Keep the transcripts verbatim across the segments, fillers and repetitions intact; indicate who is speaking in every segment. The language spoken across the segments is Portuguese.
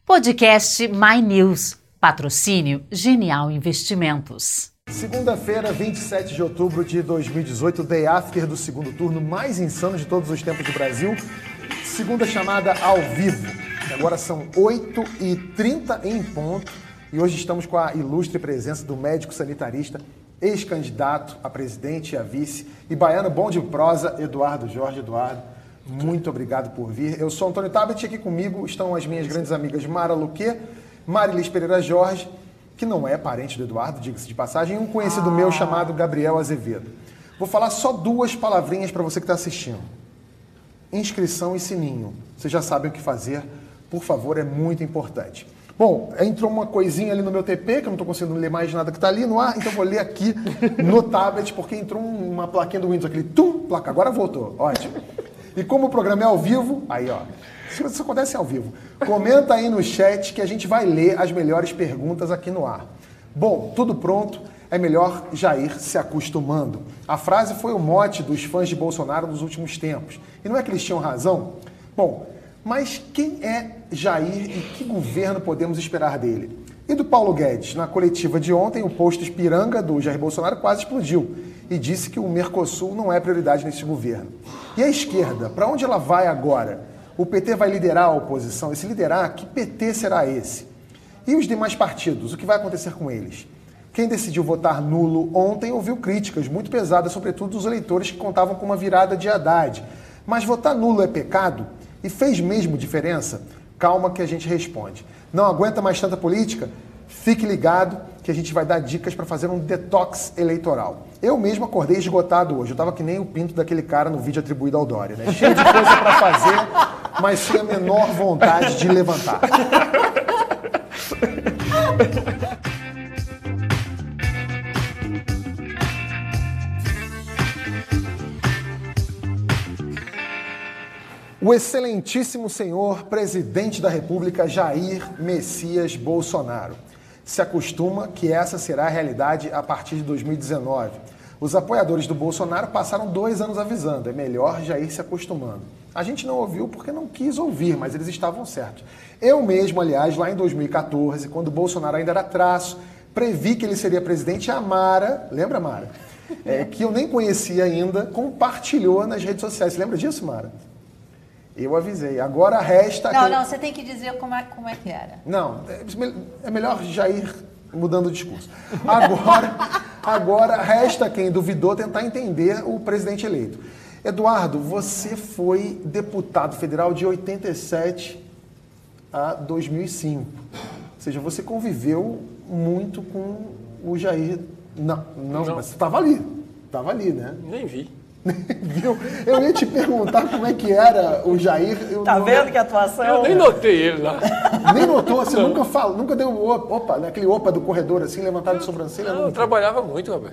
Speaker 1: Podcast My News. Patrocínio Genial Investimentos.
Speaker 2: Segunda-feira, vinte e sete de outubro de dois mil e dezoito, day after do segundo turno mais insano de todos os tempos do Brasil. Segunda chamada ao vivo. Agora são oito e trinta em ponto e hoje estamos com a ilustre presença do médico sanitarista, ex-candidato a presidente e a vice e baiano bom de prosa, Eduardo Jorge. Eduardo, muito obrigado por vir. Eu sou Antônio Tabet e aqui comigo estão as minhas grandes amigas Mara Luque, Marilis Pereira Jorge, que não é parente do Eduardo, diga-se de passagem, e um conhecido ah. meu chamado Gabriel Azevedo. Vou falar só duas palavrinhas para você que está assistindo. Inscrição e sininho. Vocês já sabem o que fazer. Por favor, é muito importante. Bom, entrou uma coisinha ali no meu T P, que eu não estou conseguindo ler mais nada que está ali no ar, então vou ler aqui no tablet, porque entrou uma plaquinha do Windows, aquele tum, placa, agora voltou, ótimo. E como o programa é ao vivo, aí ó, isso acontece ao vivo, comenta aí no chat que a gente vai ler as melhores perguntas aqui no ar. Bom, tudo pronto, é melhor já ir se acostumando. A frase foi o mote dos fãs de Bolsonaro nos últimos tempos. E não é que eles tinham razão? Bom, mas quem é Jair e que governo podemos esperar dele? E do Paulo Guedes? Na coletiva de ontem, o posto espiranga do Jair Bolsonaro quase explodiu e disse que o Mercosul não é prioridade nesse governo. E a esquerda, para onde ela vai agora? O P T vai liderar a oposição? E se liderar, que P T será esse? E os demais partidos, o que vai acontecer com eles? Quem decidiu votar nulo ontem ouviu críticas muito pesadas, sobretudo dos eleitores que contavam com uma virada de Haddad. Mas votar nulo é pecado? E fez mesmo diferença? Calma que a gente responde. Não aguenta mais tanta política? Fique ligado que a gente vai dar dicas para fazer um detox eleitoral. Eu mesmo acordei esgotado hoje. Eu estava que nem o pinto daquele cara no vídeo atribuído ao Dória, né? Cheio de coisa para fazer, mas sem a menor vontade de levantar. O excelentíssimo senhor presidente da República, Jair Messias Bolsonaro. Se acostuma que essa será a realidade a partir de dois mil e dezenove. Os apoiadores do Bolsonaro passaram dois anos avisando, é melhor já ir se acostumando. A gente não ouviu porque não quis ouvir, mas eles estavam certos. Eu mesmo, aliás, lá em dois mil e quatorze, quando o Bolsonaro ainda era traço, previ que ele seria presidente, e a Mara, lembra, Mara? É, que eu nem conhecia ainda, compartilhou nas redes sociais. Você lembra disso, Mara? Eu avisei. Agora resta...
Speaker 3: Não,
Speaker 2: quem...
Speaker 3: não, você tem que dizer como é, como é que era.
Speaker 2: Não, é melhor já ir mudando o discurso. Agora, agora resta quem duvidou tentar entender o presidente eleito. Eduardo, você foi deputado federal de oitenta e sete a dois mil e cinco. Ou seja, você conviveu muito com o Jair... Não, não, não. Mas você estava ali. Estava ali, né?
Speaker 4: Nem vi.
Speaker 2: Viu? Eu ia te perguntar como é que era o Jair. Eu
Speaker 3: tá
Speaker 2: não...
Speaker 3: vendo que a atuação...
Speaker 4: Eu nem notei ele lá.
Speaker 2: Nem notou? Você nunca falou, nunca deu opa, naquele opa do corredor assim, levantado de sobrancelha?
Speaker 4: Não, eu trabalhava muito, rapaz.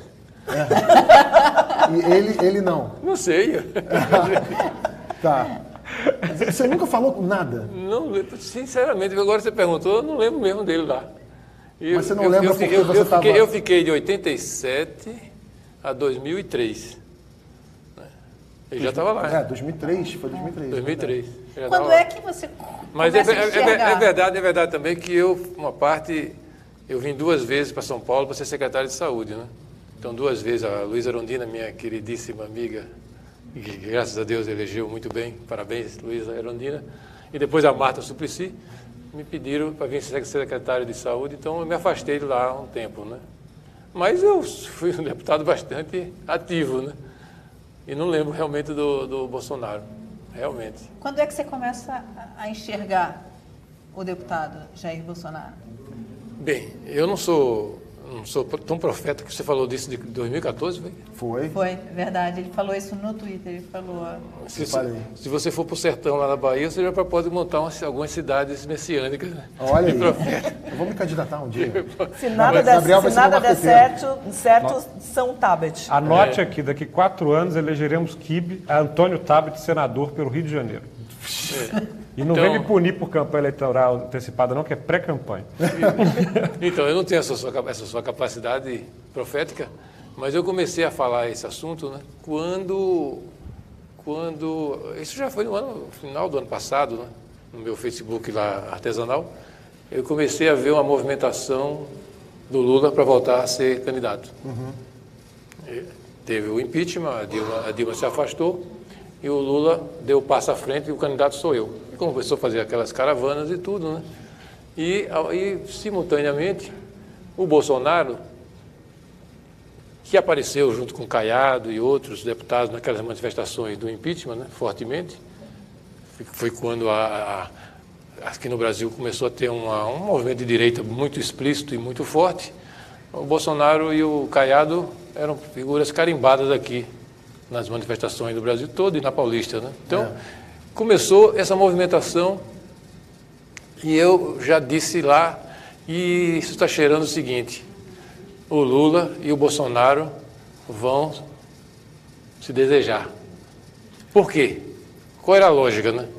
Speaker 2: É. E ele, ele não?
Speaker 4: Não sei.
Speaker 2: Tá. Você nunca falou nada?
Speaker 4: Não, sinceramente, agora você perguntou, eu não lembro mesmo dele lá.
Speaker 2: Eu, Mas você não eu, lembra eu, porque
Speaker 4: eu,
Speaker 2: você estava...
Speaker 4: Eu, eu fiquei de oitenta e sete a dois mil e três. Ele já estava lá.
Speaker 2: É, dois mil e três, foi dois mil e três.
Speaker 4: dois mil e três.
Speaker 3: Quando é que você
Speaker 4: Mas é, é, é, é, verdade, é verdade também que eu, uma parte, eu vim duas vezes para São Paulo para ser secretário de saúde, né? Então, duas vezes, a Luísa Erundina, minha queridíssima amiga, que graças a Deus elegeu muito bem, parabéns, Luísa Erundina, e depois a Marta Suplicy, me pediram para vir ser secretário de saúde, então eu me afastei de lá há um tempo, né? Mas eu fui um deputado bastante ativo, né? E não lembro realmente do, do Bolsonaro, realmente.
Speaker 3: Quando é que você começa a enxergar o deputado Jair Bolsonaro?
Speaker 4: Bem, eu não sou, não sou tão profeta que você falou disso de dois mil e quatorze, foi?
Speaker 2: Foi.
Speaker 3: Foi, verdade. Ele falou isso no Twitter, ele falou...
Speaker 4: Se, se, se você for para o sertão lá na Bahia, você já pode montar umas, algumas cidades messiânicas. Né?
Speaker 2: Olha aí, eu vou me candidatar um dia.
Speaker 5: Se nada der, se nada der certo, certo São Tabet.
Speaker 6: Anote é. aqui, daqui quatro anos elegeremos Kibe, Antônio Tabet, senador pelo Rio de Janeiro. É. E não então, vem me punir por campanha eleitoral antecipada não, que é pré-campanha.
Speaker 4: Então, eu não tenho essa sua, essa sua capacidade profética, mas eu comecei a falar esse assunto, né, quando, quando... Isso já foi no ano, no final do ano passado, né, no meu Facebook lá artesanal. eu comecei a ver uma movimentação do Lula para voltar a ser candidato. Uhum. Teve o impeachment, a Dilma, a Dilma se afastou e o Lula deu o passo à frente e o candidato sou eu. E começou a fazer aquelas caravanas e tudo, né? E, e simultaneamente, o Bolsonaro, que apareceu junto com Caiado e outros deputados naquelas manifestações do impeachment, né, fortemente, foi quando a, a, aqui no Brasil começou a ter uma, um movimento de direita muito explícito e muito forte. O Bolsonaro e o Caiado eram figuras carimbadas aqui nas manifestações do Brasil todo e na Paulista, né? Então, é. começou essa movimentação e eu já disse lá, e isso está cheirando o seguinte: o Lula e o Bolsonaro vão se desejar. Por quê? Qual era a lógica, né?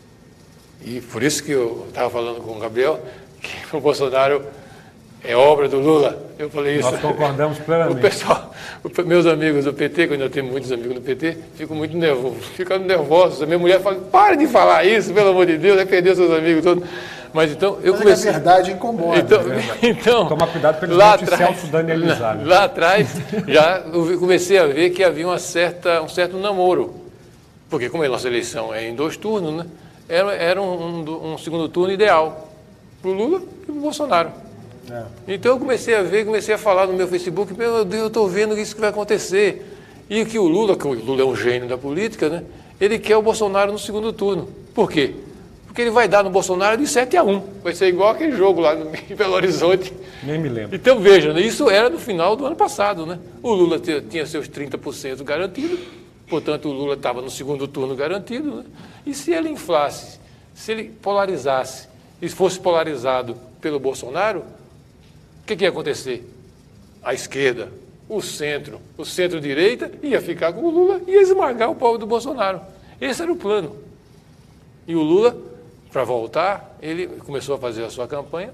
Speaker 4: E por isso que eu estava falando com o Gabriel, que o Bolsonaro é obra do Lula. Eu falei isso.
Speaker 6: Nós concordamos plenamente.
Speaker 4: O pessoal, meus amigos do P T, que eu ainda tenho muitos amigos do P T, ficam muito nervosos, ficam nervosos. A minha mulher fala, para de falar isso, pelo amor de Deus, vai perder seus amigos todos. Mas então, eu
Speaker 2: Mas
Speaker 4: comecei...
Speaker 2: a verdade incomoda.
Speaker 4: Então,
Speaker 2: né?
Speaker 4: então
Speaker 6: toma cuidado para eles
Speaker 4: lá
Speaker 6: não te self-danielizar.
Speaker 4: Lá, lá atrás, já eu comecei a ver que havia uma certa, um certo namoro. Porque como a nossa eleição é em dois turnos, né, era, era um, um, um segundo turno ideal para o Lula e para o Bolsonaro. É. Então eu comecei a ver, comecei a falar no meu Facebook, meu Deus, eu estou vendo isso que vai acontecer. E que o Lula, que o Lula é um gênio da política, né, ele quer o Bolsonaro no segundo turno. Por quê? Porque ele vai dar no Bolsonaro de sete a um. Vai ser igual aquele jogo lá no Belo Horizonte.
Speaker 6: Nem me lembro.
Speaker 4: Então veja, né, isso era no final do ano passado, né? O Lula tinha seus trinta por cento garantido, portanto o Lula estava no segundo turno garantido, né? E se ele inflasse, se ele polarizasse e fosse polarizado pelo Bolsonaro, o que, que ia acontecer? A esquerda, o centro, o centro-direita ia ficar com o Lula e ia esmagar o povo do Bolsonaro. Esse era o plano. E o Lula, para voltar, ele começou a fazer a sua campanha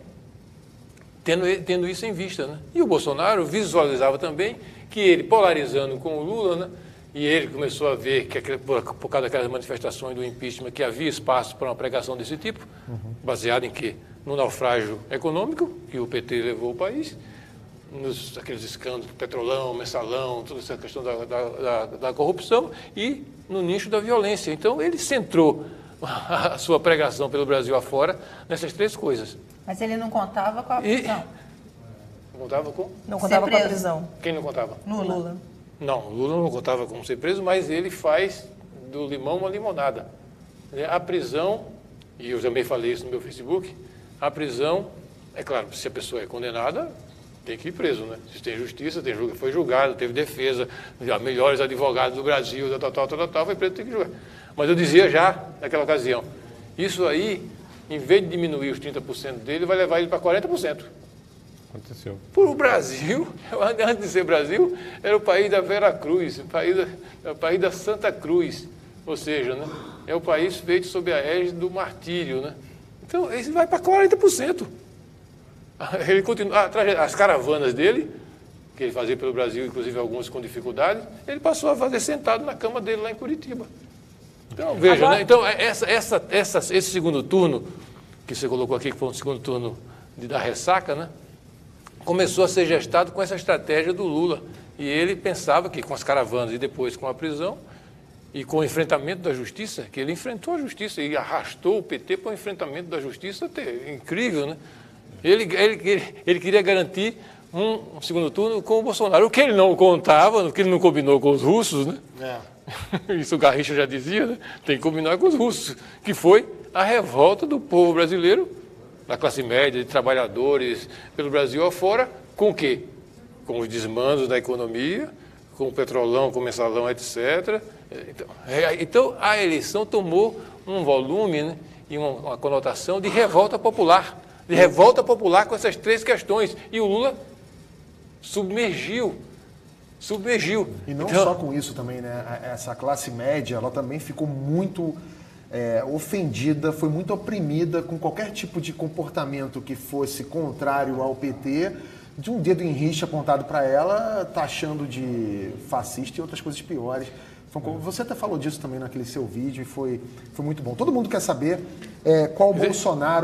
Speaker 4: tendo, tendo isso em vista, né? E o Bolsonaro visualizava também que ele, polarizando com o Lula, né, e ele começou a ver que por, por causa daquelas manifestações do impeachment que havia espaço para uma pregação desse tipo, uhum. baseado em quê? No naufrágio econômico que o P T levou o país, nos aqueles escândalos, petrolão, mensalão, toda essa questão da, da, da, da corrupção e no nicho da violência. Então ele centrou a sua pregação pelo Brasil afora nessas três coisas.
Speaker 3: Mas ele não contava com a prisão.
Speaker 4: E... Não contava com?
Speaker 5: Não contava com a prisão.
Speaker 4: Quem não contava?
Speaker 3: Lula. Lula.
Speaker 4: Não, Lula não contava com ser preso, mas ele faz do limão uma limonada. A prisão, e eu também falei isso no meu Facebook, a prisão, é claro, se a pessoa é condenada, tem que ir preso, né? Se tem justiça, tem julga, foi julgado, teve defesa, já melhores advogados do Brasil, tal, tal, tal, tal, foi preso, tem que julgar. Mas eu dizia já, naquela ocasião, isso aí, em vez de diminuir os trinta por cento dele, vai levar ele para quarenta por cento.
Speaker 6: Aconteceu.
Speaker 4: Por o Brasil, antes de ser Brasil, era o país da Vera Cruz, o país da, o país da Santa Cruz, ou seja, né, é o país feito sob a égide do martírio, né? Então, esse vai para quarenta por cento. Ele continua, as caravanas dele, que ele fazia pelo Brasil, inclusive algumas com dificuldade, ele passou a fazer sentado na cama dele lá em Curitiba. Então, veja, Agora... né? Então, essa, essa, essa, esse segundo turno, que você colocou aqui, que foi um segundo turno de, da ressaca, né? Começou a ser gestado com essa estratégia do Lula. E ele pensava que com as caravanas e depois com a prisão e com o enfrentamento da justiça, que ele enfrentou a justiça e arrastou o P T para o enfrentamento da justiça, até incrível, né? Ele, ele, ele, ele queria garantir um, um segundo turno com o Bolsonaro, o que ele não contava, o que ele não combinou com os russos, né? É. Isso o Garrincha já dizia, né? Tem que combinar com os russos, que foi a revolta do povo brasileiro, da classe média, de trabalhadores, pelo Brasil afora, com o quê? Com os desmandos da economia, com o petrolão, com o mensalão, etcétera. Então, é, então a eleição tomou um volume, né, e uma, uma conotação de revolta popular, de revolta popular com essas três questões. E o Lula submergiu, submergiu.
Speaker 2: E não
Speaker 4: então,
Speaker 2: só com isso também, né? Essa classe média, ela também ficou muito... É, ofendida, foi muito oprimida com qualquer tipo de comportamento que fosse contrário ao P T, de um dedo em rixa apontado para ela, taxando de fascista e outras coisas piores. Você até falou disso também naquele seu vídeo e foi, foi muito bom. Todo mundo quer saber é, qual o Bolsonaro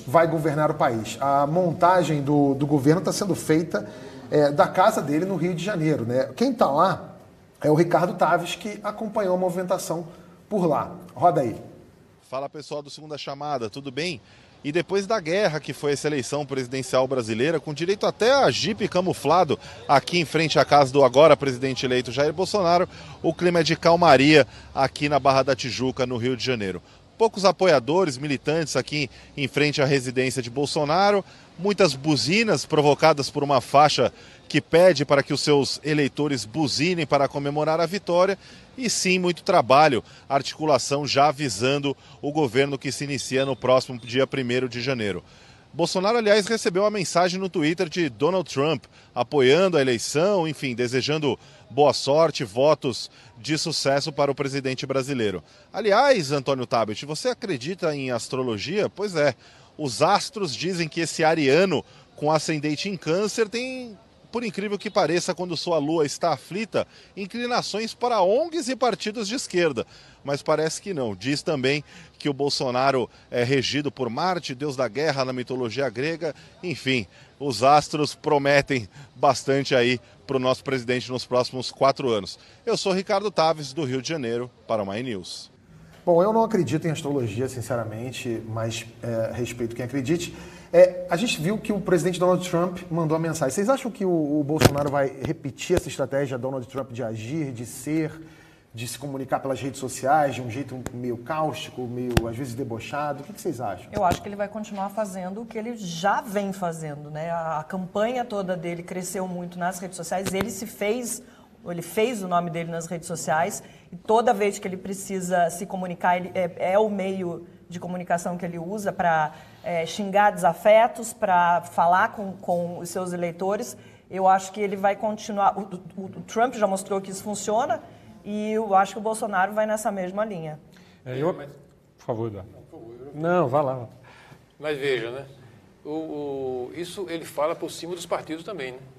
Speaker 2: vai governar o país. A montagem do, do governo está sendo feita é, da casa dele no Rio de Janeiro, né? Quem está lá é o Ricardo Taves, que acompanhou a movimentação por lá. Roda aí.
Speaker 7: Fala, pessoal do Segunda Chamada, tudo bem? E depois da guerra que foi essa eleição presidencial brasileira, com direito até a jipe camuflado aqui em frente à casa do agora presidente eleito Jair Bolsonaro, o clima é de calmaria aqui na Barra da Tijuca, no Rio de Janeiro. Poucos apoiadores, militantes aqui em frente à residência de Bolsonaro, muitas buzinas provocadas por uma faixa que pede para que os seus eleitores buzinem para comemorar a vitória e sim muito trabalho, articulação já visando o governo que se inicia no próximo dia primeiro de janeiro. Bolsonaro, aliás, recebeu uma mensagem no Twitter de Donald Trump, apoiando a eleição, enfim, desejando boa sorte, votos de sucesso para o presidente brasileiro. Aliás, Antônio Tabet, você acredita em astrologia? Pois é, os astros dizem que esse ariano com ascendente em Câncer tem, por incrível que pareça, quando sua lua está aflita, inclinações para O N Gs e partidos de esquerda. Mas parece que não. Diz também que o Bolsonaro é regido por Marte, deus da guerra na mitologia grega. Enfim, os astros prometem bastante aí para o nosso presidente nos próximos quatro anos. Eu sou Ricardo Taves, do Rio de Janeiro, para o My News.
Speaker 2: Bom, eu não acredito em astrologia, sinceramente, mas é, respeito quem acredite. É, a gente viu que o presidente Donald Trump mandou a mensagem. Vocês acham que o, o Bolsonaro vai repetir essa estratégia Donald Trump de agir, de ser, de se comunicar pelas redes sociais, de um jeito meio cáustico, meio, às vezes, debochado? O que, que vocês acham?
Speaker 5: Eu acho que ele vai continuar fazendo o que ele já vem fazendo, né? A, a campanha toda dele cresceu muito nas redes sociais. Ele se fez, ele fez o nome dele nas redes sociais e toda vez que ele precisa se comunicar, ele é, é o meio de comunicação que ele usa para é, xingar desafetos, para falar com, com os seus eleitores. Eu acho que ele vai continuar. O, o, o Trump já mostrou que isso funciona e eu acho que o Bolsonaro vai nessa mesma linha.
Speaker 6: É, eu... Por favor, Eduardo. Não, vá lá.
Speaker 4: Mas veja, né? O, o, isso ele fala por cima dos partidos também, né?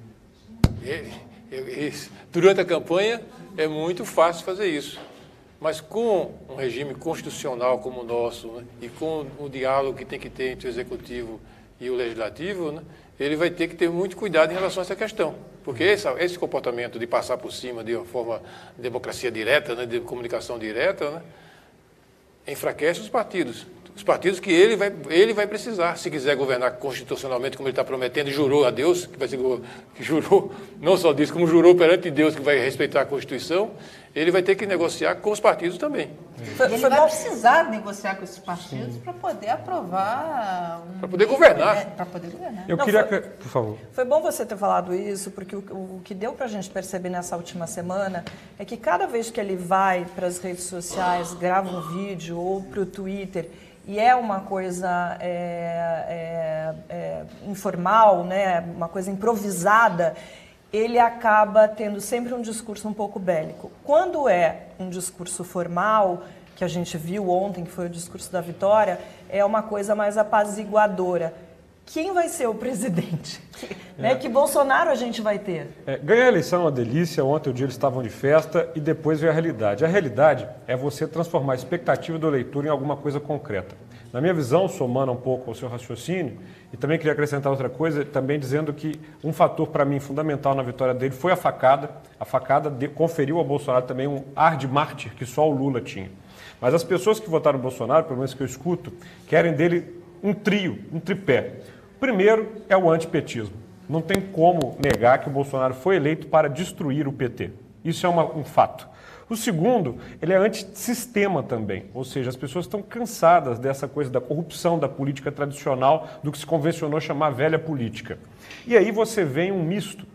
Speaker 4: Ele, ele, durante a campanha é muito fácil fazer isso. Mas com um regime constitucional como o nosso, né, e com o diálogo que tem que ter entre o executivo e o legislativo, né, ele vai ter que ter muito cuidado em relação a essa questão. Porque esse, esse comportamento de passar por cima de uma forma de democracia direta, né, de comunicação direta, né, enfraquece os partidos. Os partidos que ele vai, ele vai precisar, se quiser governar constitucionalmente, como ele está prometendo, e jurou a Deus, que vai ser, que jurou, não só disso, como jurou perante Deus que vai respeitar a Constituição, ele vai ter que negociar com os partidos também.
Speaker 3: Foi, ele vai precisar negociar com esses partidos para poder aprovar... Um
Speaker 4: para poder governar.
Speaker 3: É, para poder governar.
Speaker 6: Eu
Speaker 5: Não,
Speaker 6: queria...
Speaker 5: foi,
Speaker 6: Por favor.
Speaker 5: Foi bom você ter falado isso, porque o, o que deu para a gente perceber nessa última semana é que cada vez que ele vai para as redes sociais, grava um vídeo ou para o Twitter... e é uma coisa é, é, é, informal, né? Uma coisa improvisada, ele acaba tendo sempre um discurso um pouco bélico. Quando é um discurso formal, que a gente viu ontem, que foi o discurso da vitória, é uma coisa mais apaziguadora. Quem vai ser o presidente? É. Né? Que Bolsonaro a gente vai ter?
Speaker 6: É, ganhar a eleição é uma delícia. Ontem o dia eles estavam de festa e depois veio a realidade. A realidade é você transformar a expectativa do eleitor em alguma coisa concreta. Na minha visão, somando um pouco ao seu raciocínio, e também queria acrescentar outra coisa, também dizendo que um fator para mim fundamental na vitória dele foi a facada. A facada de, conferiu ao Bolsonaro também um ar de mártir que só o Lula tinha. Mas as pessoas que votaram no Bolsonaro, pelo menos que eu escuto, querem dele um trio, um tripé. Primeiro é o antipetismo. Não tem como negar que o Bolsonaro foi eleito para destruir o P T. Isso é uma, um fato. O segundo, ele é antissistema também, ou seja, as pessoas estão cansadas dessa coisa da corrupção da política tradicional, do que se convencionou chamar velha política. E aí você vem um misto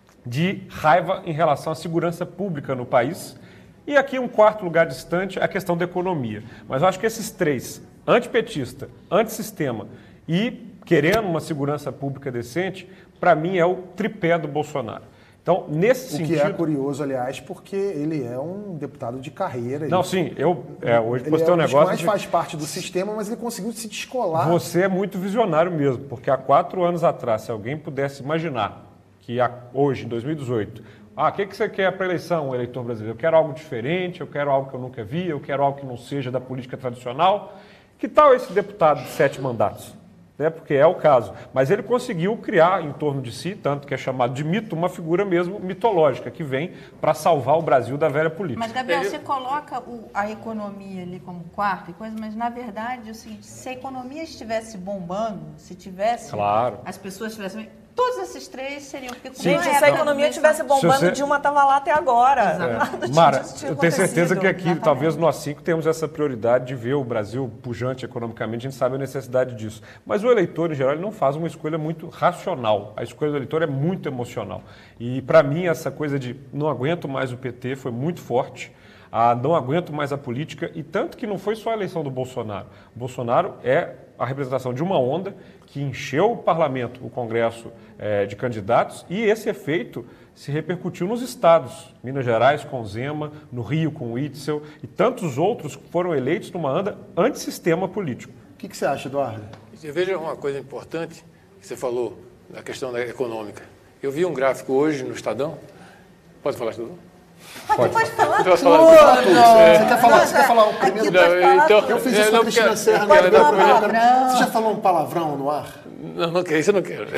Speaker 6: de raiva em relação à segurança pública no país, e aqui um quarto lugar distante, a questão da economia. Mas eu acho que esses três, antipetista, antissistema e querendo uma segurança pública decente, para mim é o tripé do Bolsonaro. Então, nesse
Speaker 2: o
Speaker 6: sentido...
Speaker 2: que é curioso, aliás, porque ele é um deputado de carreira.
Speaker 6: Não,
Speaker 2: ele...
Speaker 6: sim, eu é, hoje
Speaker 2: ele
Speaker 6: postei
Speaker 2: é
Speaker 6: um negócio...
Speaker 2: mais
Speaker 6: de...
Speaker 2: faz parte do sistema, mas ele conseguiu se descolar.
Speaker 6: Você é muito visionário mesmo, porque há quatro anos atrás, se alguém pudesse imaginar que hoje, em dois mil e dezoito, ah, o que, que você quer para a eleição, eleitor brasileiro? Eu quero algo diferente, eu quero algo que eu nunca vi, eu quero algo que não seja da política tradicional. Que tal esse deputado de sete mandatos? né, porque é o caso. Mas ele conseguiu criar em torno de si, tanto que é chamado de mito, uma figura mesmo mitológica, que vem para salvar o Brasil da velha política.
Speaker 3: Mas, Gabriel, você coloca o, a economia ali como quarto e coisa, mas, na verdade, é o seguinte, se a economia estivesse bombando, se tivesse...
Speaker 6: Claro.
Speaker 3: As pessoas estivessem... Todos esses três seriam... Porque
Speaker 5: Sim. Gente, se a economia estivesse bombando, você... Dilma estava lá até agora.
Speaker 6: É. Mara, eu tenho certeza que aqui, exatamente, talvez nós cinco temos essa prioridade de ver o Brasil pujante economicamente, a gente sabe a necessidade disso. Mas o eleitor, em geral, ele não faz uma escolha muito racional. A escolha do eleitor é muito emocional. E, para mim, essa coisa de não aguento mais o P T foi muito forte. Ah, não aguento mais a política, e tanto que não foi só a eleição do Bolsonaro. O Bolsonaro é a representação de uma onda que encheu o parlamento, o Congresso eh, de candidatos, e esse efeito se repercutiu nos estados, Minas Gerais com o Zema, no Rio com o Itzel, e tantos outros que foram eleitos numa onda antissistema político.
Speaker 2: O que, que você acha, Eduardo?
Speaker 4: Veja uma coisa importante que você falou, na questão da econômica. Eu vi um gráfico hoje no Estadão, pode falar Estadão?
Speaker 3: Pode, pode falar tudo.
Speaker 2: Falar tudo. Você, quer falar, você quer falar o primeiro?
Speaker 4: Não, então,
Speaker 2: eu fiz isso com a Cristina Serra.
Speaker 3: Pode
Speaker 2: Não,
Speaker 3: falar
Speaker 2: não,
Speaker 3: palavrão.
Speaker 2: Você já falou um palavrão no ar?
Speaker 4: Não, não quero, isso eu não quero.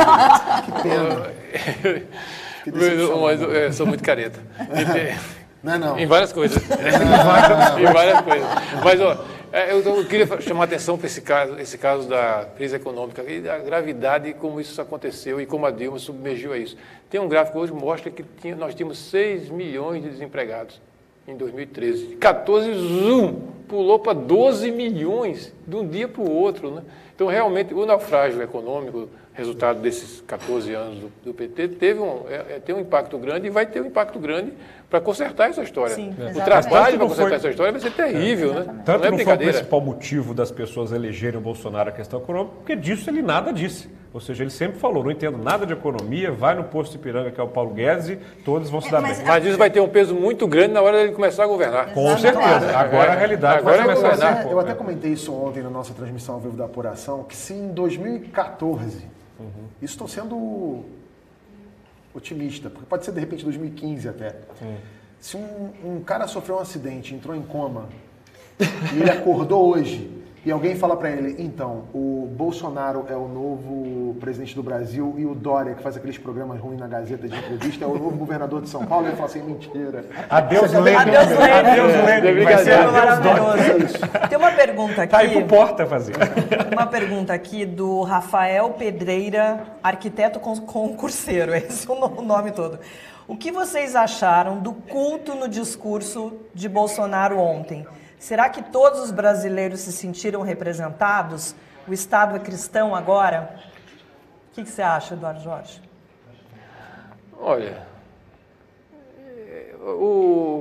Speaker 2: Que pena. Que decepção.
Speaker 4: Mas eu é, sou muito careta.
Speaker 2: Não é não.
Speaker 4: Em várias coisas. Em várias coisas. Mas, ó, eu, eu queria chamar a atenção para esse caso, esse caso da crise econômica e da gravidade como isso aconteceu e como a Dilma submergiu a isso. Tem um gráfico hoje que mostra que tinha, nós tínhamos seis milhões de desempregados em dois mil e treze. quatorze, zoom, pulou para doze milhões de um dia para o outro, né? Então, realmente, o naufrágio econômico, resultado desses quatorze anos do, do P T, teve um, é, é, tem um impacto grande e vai ter um impacto grande para consertar essa história. Sim, o exatamente. Trabalho para consertar foi... essa história vai ser terrível, é, né?
Speaker 6: Tanto
Speaker 4: não, é
Speaker 6: não foi o principal motivo das pessoas elegerem o Bolsonaro a questão econômica, porque disso ele nada disse. Ou seja, ele sempre falou, não entendo nada de economia, vai no posto Ipiranga, que é o Paulo Guedes, e todos vão se dar
Speaker 3: é, mas,
Speaker 6: bem.
Speaker 4: Mas isso vai ter um peso muito grande na hora dele começar a governar.
Speaker 6: Com certeza. Agora a realidade
Speaker 4: Agora
Speaker 6: vai começar a ser.
Speaker 2: Eu até comentei isso ontem na nossa transmissão ao vivo da apuração, que se em dois mil e quatorze, uhum. isso estou sendo otimista, porque pode ser de repente dois mil e quinze até, uhum. se um, um cara sofreu um acidente, entrou em coma, e ele acordou hoje, e alguém fala para ele, então, o Bolsonaro é o novo presidente do Brasil e o Dória, que faz aqueles programas ruins na Gazeta de entrevista, é o novo governador de São Paulo, ele fala assim, mentira.
Speaker 6: Adeus, Lênin.
Speaker 5: Adeus, Lênin.
Speaker 6: Adeus, Lênin. Vai ser adeus, Dória.
Speaker 5: Tem uma pergunta aqui.
Speaker 6: Tá aí pro Porta fazer.
Speaker 5: Uma pergunta aqui do Rafael Pedreira, arquiteto concurseiro, esse é o nome todo. O que vocês acharam do culto no discurso de Bolsonaro ontem? Será que todos os brasileiros se sentiram representados? O Estado é cristão agora? O que, que você acha, Eduardo Jorge?
Speaker 4: Olha, o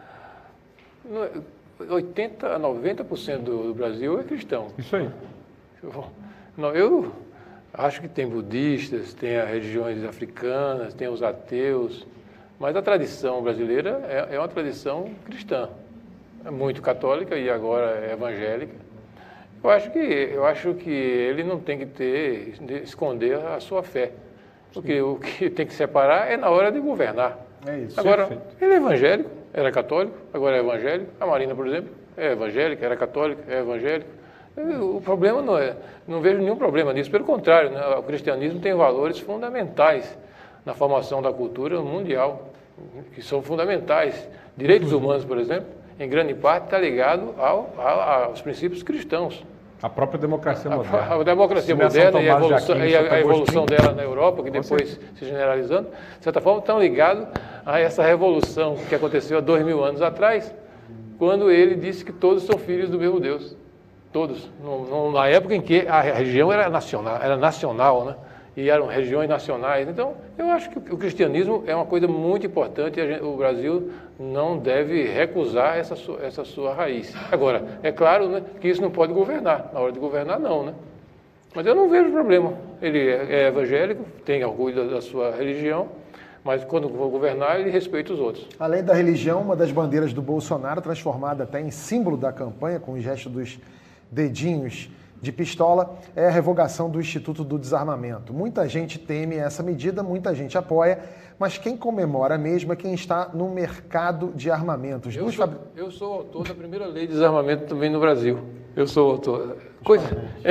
Speaker 4: oitenta a noventa por cento do Brasil é cristão.
Speaker 6: Isso aí.
Speaker 4: Não, eu acho que tem budistas, tem as religiões africanas, tem os ateus, mas a tradição brasileira é, é uma tradição cristã. É muito católica e agora é evangélica. Eu acho que eu acho que ele não tem que ter esconder a sua fé, porque o que tem que separar é na hora de governar.
Speaker 2: É isso.
Speaker 4: Agora
Speaker 6: Perfeito.
Speaker 4: ele é evangélico, era católico, agora é evangélico. A Marina, por exemplo, é evangélica, era católica, é evangélica. O problema não é, não vejo nenhum problema nisso. Pelo contrário, né, o cristianismo tem valores fundamentais na formação da cultura mundial, que são fundamentais. Direitos humanos, por exemplo, em grande parte está ligado ao, ao, aos princípios cristãos.
Speaker 6: A própria democracia moderna.
Speaker 4: A, a democracia moderna e a evolução, e a, a evolução dela na Europa, que depois se generalizando, de certa forma, estão ligados a essa revolução que aconteceu há dois mil anos atrás, quando ele disse que todos são filhos do mesmo Deus. Todos. No, no, na época em que a região era nacional, era nacional, né? E eram regiões nacionais. Então, eu acho que o cristianismo é uma coisa muito importante e a gente, o Brasil não deve recusar essa sua, essa sua raiz. Agora, é claro, né, que isso não pode governar. Na hora de governar, não, né? Mas eu não vejo problema. Ele é, é evangélico, tem orgulho da, da sua religião, mas quando for governar, ele respeita os outros.
Speaker 2: Além da religião, uma das bandeiras do Bolsonaro, transformada até em símbolo da campanha, com o gesto dos dedinhos de pistola, é a revogação do Instituto do Desarmamento. Muita gente teme essa medida, muita gente apoia, mas quem comemora mesmo é quem está no mercado de armamentos.
Speaker 4: Eu sou, eu sou autor da primeira lei de desarmamento também no Brasil. Eu sou autor. Coisa.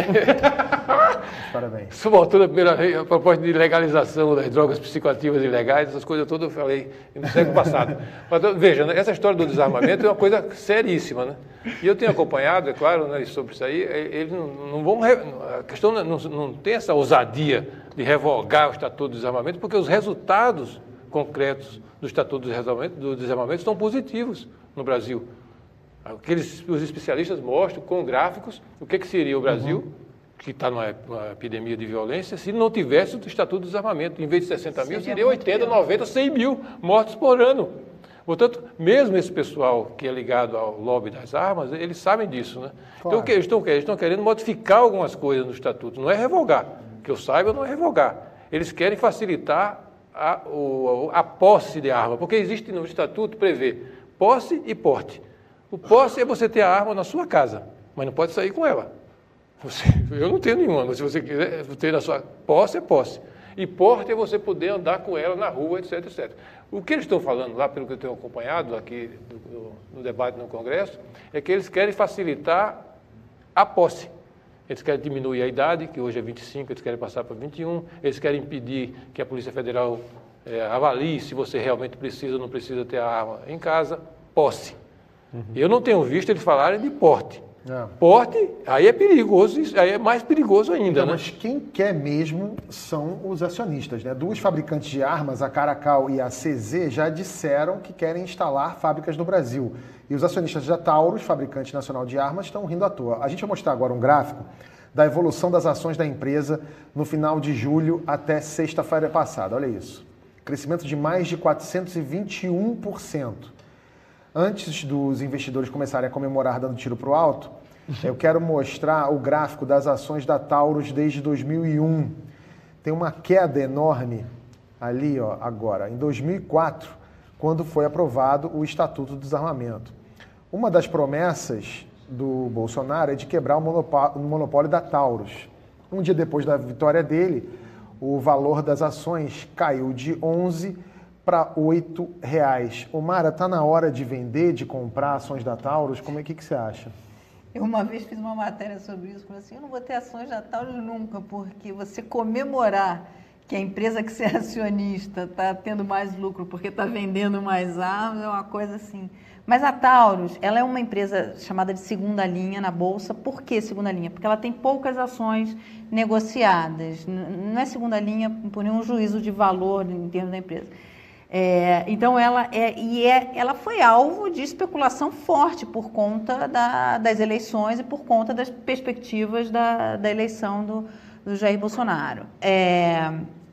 Speaker 2: Parabéns.
Speaker 4: Sou autor da primeira lei, a proposta de legalização das drogas psicoativas ilegais, essas coisas todas eu falei no século passado. Mas veja, né, essa história do desarmamento é uma coisa seríssima, né? E eu tenho acompanhado, é claro, né, sobre isso aí, eles não, não vão. A questão não, não tem essa ousadia de revogar o Estatuto do Desarmamento, porque os resultados concretos do Estatuto do Desarmamento, do Desarmamento estão positivos no Brasil. Aqueles, os especialistas mostram com gráficos o que, que seria o Brasil, uhum. que está numa, numa epidemia de violência, se não tivesse o Estatuto do Desarmamento. Em vez de sessenta mil, seria oitenta, noventa, cem mil mortos por ano. Portanto, mesmo esse pessoal que é ligado ao lobby das armas, eles sabem disso, né? Claro. Então, o que eles estão querendo? Eles estão querendo modificar algumas coisas no Estatuto. Não é revogar. Que eu saiba, não é revogar. Eles querem facilitar a, o, a posse de arma, porque existe no Estatuto, prevê posse e porte. O posse é você ter a arma na sua casa, mas não pode sair com ela. Você, eu não tenho nenhuma, mas se você quiser ter na sua posse, é posse. E porte é você poder andar com ela na rua, etc, etcétera. O que eles estão falando lá, pelo que eu tenho acompanhado aqui no, no debate no Congresso, é que eles querem facilitar a posse. Eles querem diminuir a idade, que hoje é vinte e cinco, eles querem passar para vinte e um, eles querem impedir que a Polícia Federal é, avalie se você realmente precisa ou não precisa ter a arma em casa. Posse. Uhum. Eu não tenho visto eles falarem de porte. É. Porte, aí é perigoso, aí é mais perigoso ainda,
Speaker 2: então,
Speaker 4: né?
Speaker 2: Mas quem quer mesmo são os acionistas, né? Duas fabricantes de armas, a Caracal e a C Z, já disseram que querem instalar fábricas no Brasil. E os acionistas da Taurus, fabricante nacional de armas, estão rindo à toa. A gente vai mostrar agora um gráfico da evolução das ações da empresa no final de julho até sexta-feira passada. Olha isso. Crescimento de mais de quatrocentos e vinte e um por cento. Antes dos investidores começarem a comemorar dando tiro para o alto, eu quero mostrar o gráfico das ações da Taurus desde dois mil e um. Tem uma queda enorme ali, ó, agora, em dois mil e quatro, quando foi aprovado o Estatuto do Desarmamento. Uma das promessas do Bolsonaro é de quebrar o monopólio da Taurus. Um dia depois da vitória dele, o valor das ações caiu de onze para oito reais. Ô Mara, está na hora de vender, de comprar ações da Taurus? Como é que, que você acha?
Speaker 3: Eu uma vez fiz uma matéria sobre isso, falei assim, eu não vou ter ações da Taurus nunca, porque você comemorar que a empresa que você é acionista está tendo mais lucro porque está vendendo mais armas, é uma coisa assim. Mas a Taurus, ela é uma empresa chamada de segunda linha na Bolsa. Por que segunda linha? Porque ela tem poucas ações negociadas. Não é segunda linha por nenhum juízo de valor em termos da empresa. É, então, ela, é, e é, ela foi alvo de especulação forte por conta da, das eleições e por conta das perspectivas da, da eleição do, do Jair Bolsonaro. É,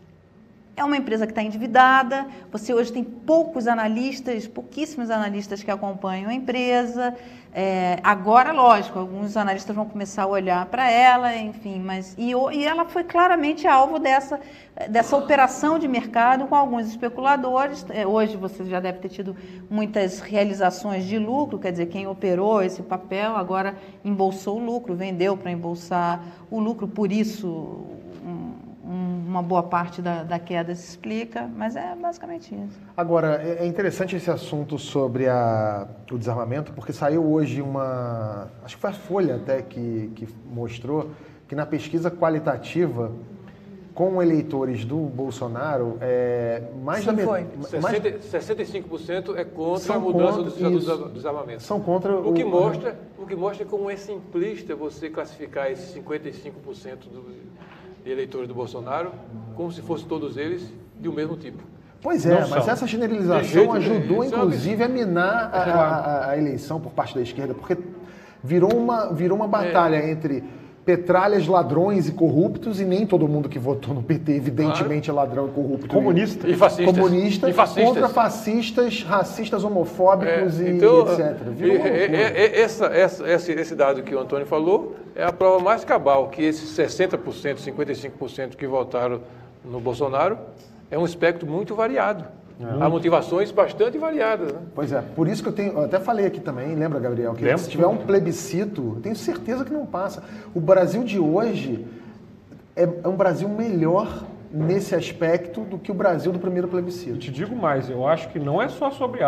Speaker 3: é uma empresa que está endividada, você hoje tem poucos analistas, pouquíssimos analistas que acompanham a empresa. É, agora, lógico, alguns analistas vão começar a olhar para ela, enfim, mas e, e ela foi claramente alvo dessa, dessa operação de mercado com alguns especuladores. É, hoje você já deve ter tido muitas realizações de lucro, quer dizer, quem operou esse papel agora embolsou o lucro, vendeu para embolsar o lucro, por isso um, uma boa parte da, da queda se explica, mas é basicamente isso.
Speaker 2: Agora, é interessante esse assunto sobre a, o desarmamento, porque saiu hoje uma... Acho que foi a Folha até que, que mostrou que na pesquisa qualitativa com eleitores do Bolsonaro, é, mais
Speaker 5: Sim,
Speaker 2: da
Speaker 5: foi.
Speaker 2: Mais...
Speaker 4: sessenta e cinco por cento é contra
Speaker 2: São
Speaker 4: a mudança
Speaker 2: contra,
Speaker 4: do Estatuto do Desarmamento.
Speaker 2: São contra
Speaker 4: o... O que,
Speaker 2: o...
Speaker 4: mostra, o que mostra como é simplista você classificar esses cinquenta e cinco por cento do... de eleitores do Bolsonaro, como se fossem todos eles de um mesmo tipo.
Speaker 2: Pois é,
Speaker 6: Não
Speaker 2: mas
Speaker 6: são.
Speaker 2: essa generalização ajudou, inclusive, a minar a, a, a eleição por parte da esquerda, porque virou uma, virou uma batalha é. entre petralhas, ladrões e corruptos, e nem todo mundo que votou no P T, evidentemente, claro. é ladrão e corrupto.
Speaker 6: Comunista.
Speaker 4: E fascistas.
Speaker 2: Comunista
Speaker 4: e fascistas.
Speaker 2: contra fascistas, racistas, homofóbicos
Speaker 4: é,
Speaker 2: e
Speaker 4: então,
Speaker 2: etcétera.
Speaker 4: E, é, é, essa, essa, esse, esse dado que o Antônio falou é a prova mais cabal, que esses sessenta por cento, cinquenta e cinco por cento que votaram no Bolsonaro é um espectro muito variado. É. Há motivações bastante variadas. Né?
Speaker 2: Pois é, por isso que eu tenho, eu até falei aqui também, lembra, Gabriel, que Lembra? se tiver um plebiscito, eu tenho certeza que não passa. O Brasil de hoje é, é um Brasil melhor nesse aspecto do que o Brasil do primeiro plebiscito.
Speaker 6: Eu te digo mais, eu acho que não é só sobre arma.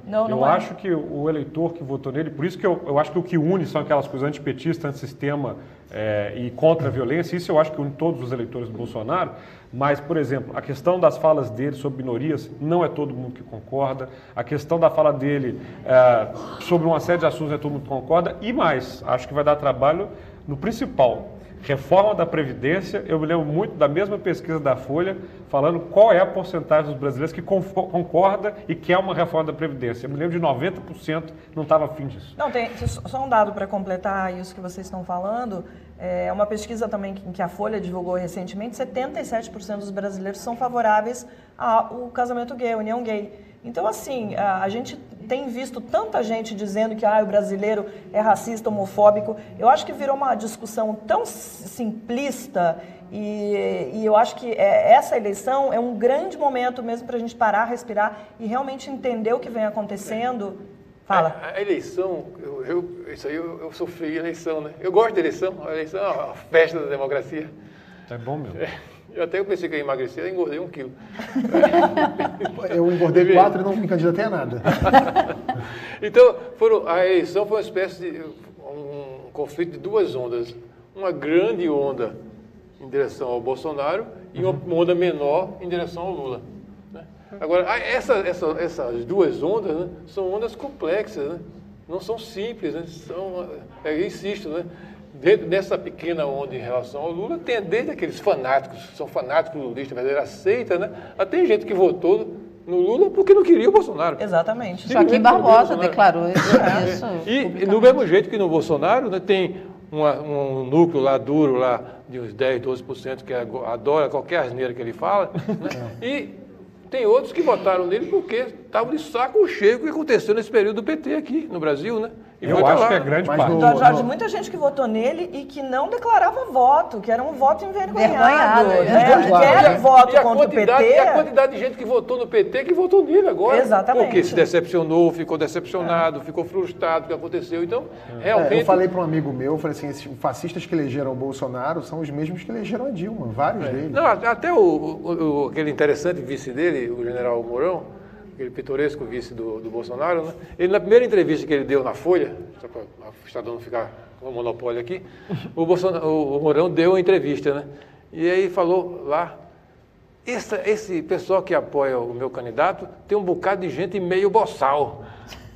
Speaker 5: Não, não
Speaker 6: eu
Speaker 5: é.
Speaker 6: acho que o eleitor que votou nele, por isso que eu, eu acho que o que une são aquelas coisas antipetistas, antissistema é, e contra a violência, isso eu acho que une todos os eleitores do Bolsonaro, mas, por exemplo, a questão das falas dele sobre minorias, não é todo mundo que concorda, a questão da fala dele é, sobre uma série de assuntos, não é todo mundo que concorda, e mais, acho que vai dar trabalho no principal, reforma da Previdência. Eu me lembro muito da mesma pesquisa da Folha, falando qual é a porcentagem dos brasileiros que concorda e quer uma reforma da Previdência. Eu me lembro de noventa por cento não estava afim disso.
Speaker 5: Não, tem só um dado para completar isso que vocês estão falando. É uma pesquisa também que a Folha divulgou recentemente, setenta e sete por cento dos brasileiros são favoráveis ao casamento gay, a união gay. Então, assim, a gente tem visto tanta gente dizendo que ah, o brasileiro é racista, homofóbico. Eu acho que virou uma discussão tão simplista e, e eu acho que essa eleição é um grande momento mesmo para a gente parar, respirar e realmente entender o que vem acontecendo. Fala.
Speaker 4: A, a eleição, eu, eu, isso aí eu, eu sofri eleição, né? Eu gosto de eleição, a eleição é uma festa da democracia.
Speaker 6: É bom mesmo.
Speaker 4: É. Eu até pensei que ia emagrecer, eu engordei um quilo.
Speaker 2: Eu engordei quatro e não me candidatei a nada.
Speaker 4: Então, foram, a eleição foi uma espécie de um conflito de duas ondas. Uma grande onda em direção ao Bolsonaro e uma onda menor em direção ao Lula. Né? Agora, essa, essa, essas duas ondas, né, são ondas complexas, né? Não são simples, né? São, eu insisto, né? Dentro dessa pequena onda em relação ao Lula, tem desde aqueles fanáticos, são fanáticos lulistas, mas ele aceita, né? Até gente que votou no Lula porque não queria o Bolsonaro.
Speaker 5: Exatamente.
Speaker 3: Joaquim Barbosa declarou isso.
Speaker 4: É.
Speaker 3: isso
Speaker 4: e, e do mesmo jeito que no Bolsonaro, né, tem uma, um núcleo lá duro, lá de uns dez, doze por cento que adora qualquer asneira que ele fala, né? E tem outros que votaram nele porque estavam de saco cheio do que aconteceu nesse período do P T aqui no Brasil, né? E
Speaker 6: eu acho lá, que é grande parte.
Speaker 2: no,
Speaker 5: Então, Jorge,
Speaker 2: no...
Speaker 5: muita gente que votou nele e que não declarava voto, que era um voto envergonhado.
Speaker 3: Envergonhado,
Speaker 5: né?
Speaker 2: é.
Speaker 5: Que era voto
Speaker 4: e a
Speaker 5: contra o P T.
Speaker 4: E a quantidade de gente que votou no P T que votou nele agora.
Speaker 5: Exatamente.
Speaker 4: Porque se decepcionou, ficou decepcionado, é. ficou frustrado com o que aconteceu. Então, realmente...
Speaker 2: É, eu falei para um amigo meu, eu falei assim, esses fascistas que elegeram o Bolsonaro são os mesmos que elegeram a Dilma, vários é. deles.
Speaker 4: Não, até o, o, o, aquele interessante vice dele, o general Mourão, aquele pitoresco vice do, do Bolsonaro, né? Ele, na primeira entrevista que ele deu na Folha, só para o Estadão não ficar com o monopólio aqui, o, Bolsonaro, o, o Mourão deu uma entrevista, né? E aí falou lá, esse, esse pessoal que apoia o meu candidato tem um bocado de gente meio boçal.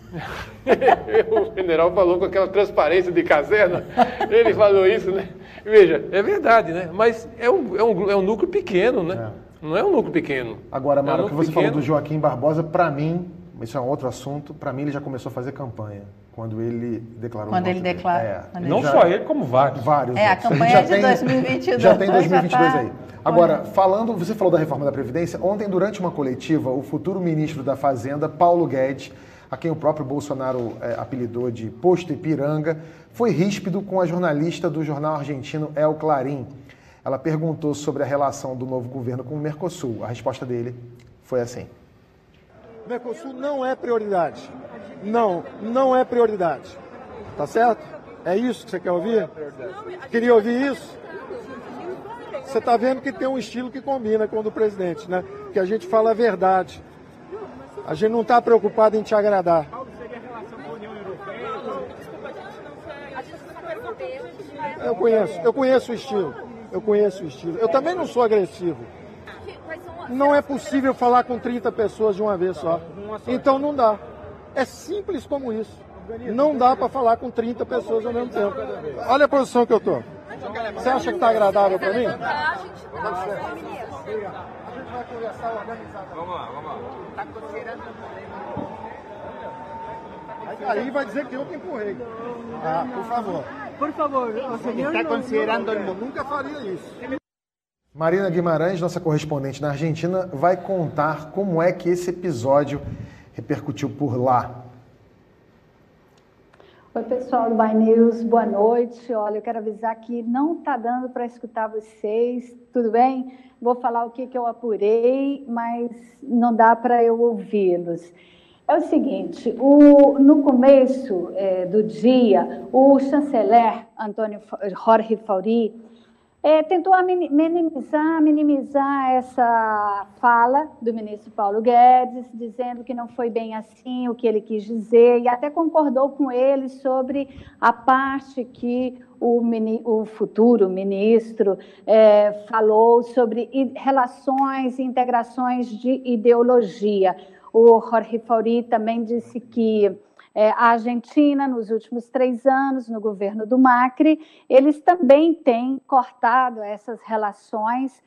Speaker 4: O general falou com aquela transparência de caserna, ele falou isso, né? Veja, é verdade, né? Mas é um, é um, é um núcleo pequeno, né? É. Não é um núcleo pequeno.
Speaker 2: Agora, Mara,
Speaker 4: é um
Speaker 2: o que você
Speaker 4: pequeno.
Speaker 2: falou do Joaquim Barbosa, para mim, isso é um outro assunto, para mim ele já começou a fazer campanha, quando ele declarou
Speaker 3: Quando ele declara.
Speaker 2: É,
Speaker 3: quando
Speaker 6: não
Speaker 3: ele
Speaker 6: só ele, como vários.
Speaker 2: Vários.
Speaker 3: É, a
Speaker 2: outros.
Speaker 3: campanha
Speaker 2: já
Speaker 3: de
Speaker 2: tem,
Speaker 3: dois mil e vinte e dois.
Speaker 2: Já tem dois mil e vinte e dois
Speaker 3: tá...
Speaker 2: aí. Agora, falando, você falou da reforma da Previdência, ontem, durante uma coletiva, o futuro ministro da Fazenda, Paulo Guedes, a quem o próprio Bolsonaro é, apelidou de Posto Ipiranga, foi ríspido com a jornalista do jornal argentino El Clarín. Ela perguntou sobre a relação do novo governo com o Mercosul. A resposta dele foi assim.
Speaker 8: O Mercosul não é prioridade. Não, não é prioridade. Tá certo? É isso que você quer ouvir? Queria ouvir isso? Você está vendo que tem um estilo que combina com o do presidente, né? Que a gente fala a verdade. A gente não está preocupado em te agradar. Eu conheço, eu conheço o estilo. Eu conheço o estilo. Eu também não sou agressivo. Não é possível falar com trinta pessoas de uma vez só. Então não dá. É simples como isso. Não dá para falar com trinta pessoas ao mesmo tempo. Olha a posição que eu tô. Você acha que está agradável para mim? A gente vai conversar organizadamente. Vamos lá, vamos lá. Está considerando aí vai dizer que eu que empurrei. Ah, por favor.
Speaker 9: Por favor, o senhor
Speaker 8: está considerando... Eu nunca faria isso.
Speaker 2: Marina Guimarães, nossa correspondente na Argentina, vai contar como é que esse episódio repercutiu por lá.
Speaker 10: Oi, pessoal do By News, boa noite. Olha, eu quero avisar que não está dando para escutar vocês, tudo bem? Vou falar o que, que eu apurei, mas não dá para eu ouvi-los. É o seguinte, o, no começo é, do dia, o chanceler Antônio Jorge Faurí, É, tentou minimizar, minimizar essa fala do ministro Paulo Guedes, dizendo que não foi bem assim o que ele quis dizer, e até concordou com ele sobre a parte que o, o futuro ministro é, falou sobre relações e integrações de ideologia. O Jorge Faurí também disse que É, a Argentina, nos últimos três anos, no governo do Macri, eles também têm cortado essas relações,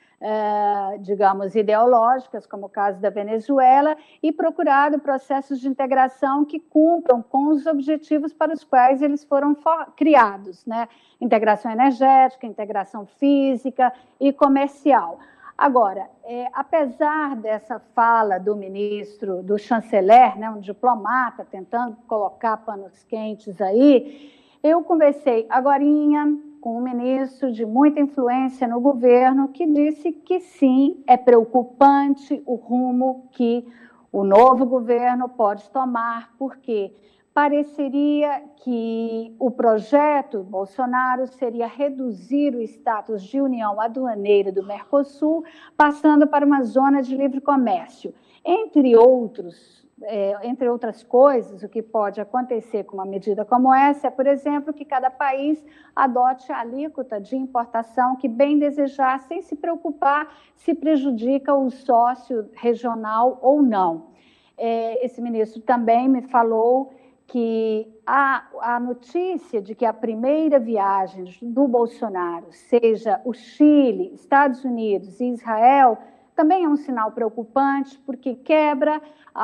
Speaker 10: é, digamos, ideológicas, como o caso da Venezuela, e procurado processos de integração que cumpram com os objetivos para os quais eles foram criados, né? Integração energética, integração física e comercial. Agora, é, apesar dessa fala do ministro, do chanceler, né, um diplomata, tentando colocar panos quentes aí, eu conversei agorinha com um ministro de muita influência no governo que disse que sim, é preocupante o rumo que o novo governo pode tomar, porque pareceria que o projeto Bolsonaro seria reduzir o status de união aduaneira do Mercosul, passando para uma zona de livre comércio. Entre outros, é, entre outras coisas, o que pode acontecer com uma medida como essa é, por exemplo, que cada país adote a alíquota de importação que bem desejar, sem se preocupar se prejudica o sócio regional ou não. É, esse ministro também me falou que a, a notícia de que a primeira viagem do Bolsonaro seja o Chile, Estados Unidos e Israel também é um sinal preocupante, porque quebra a,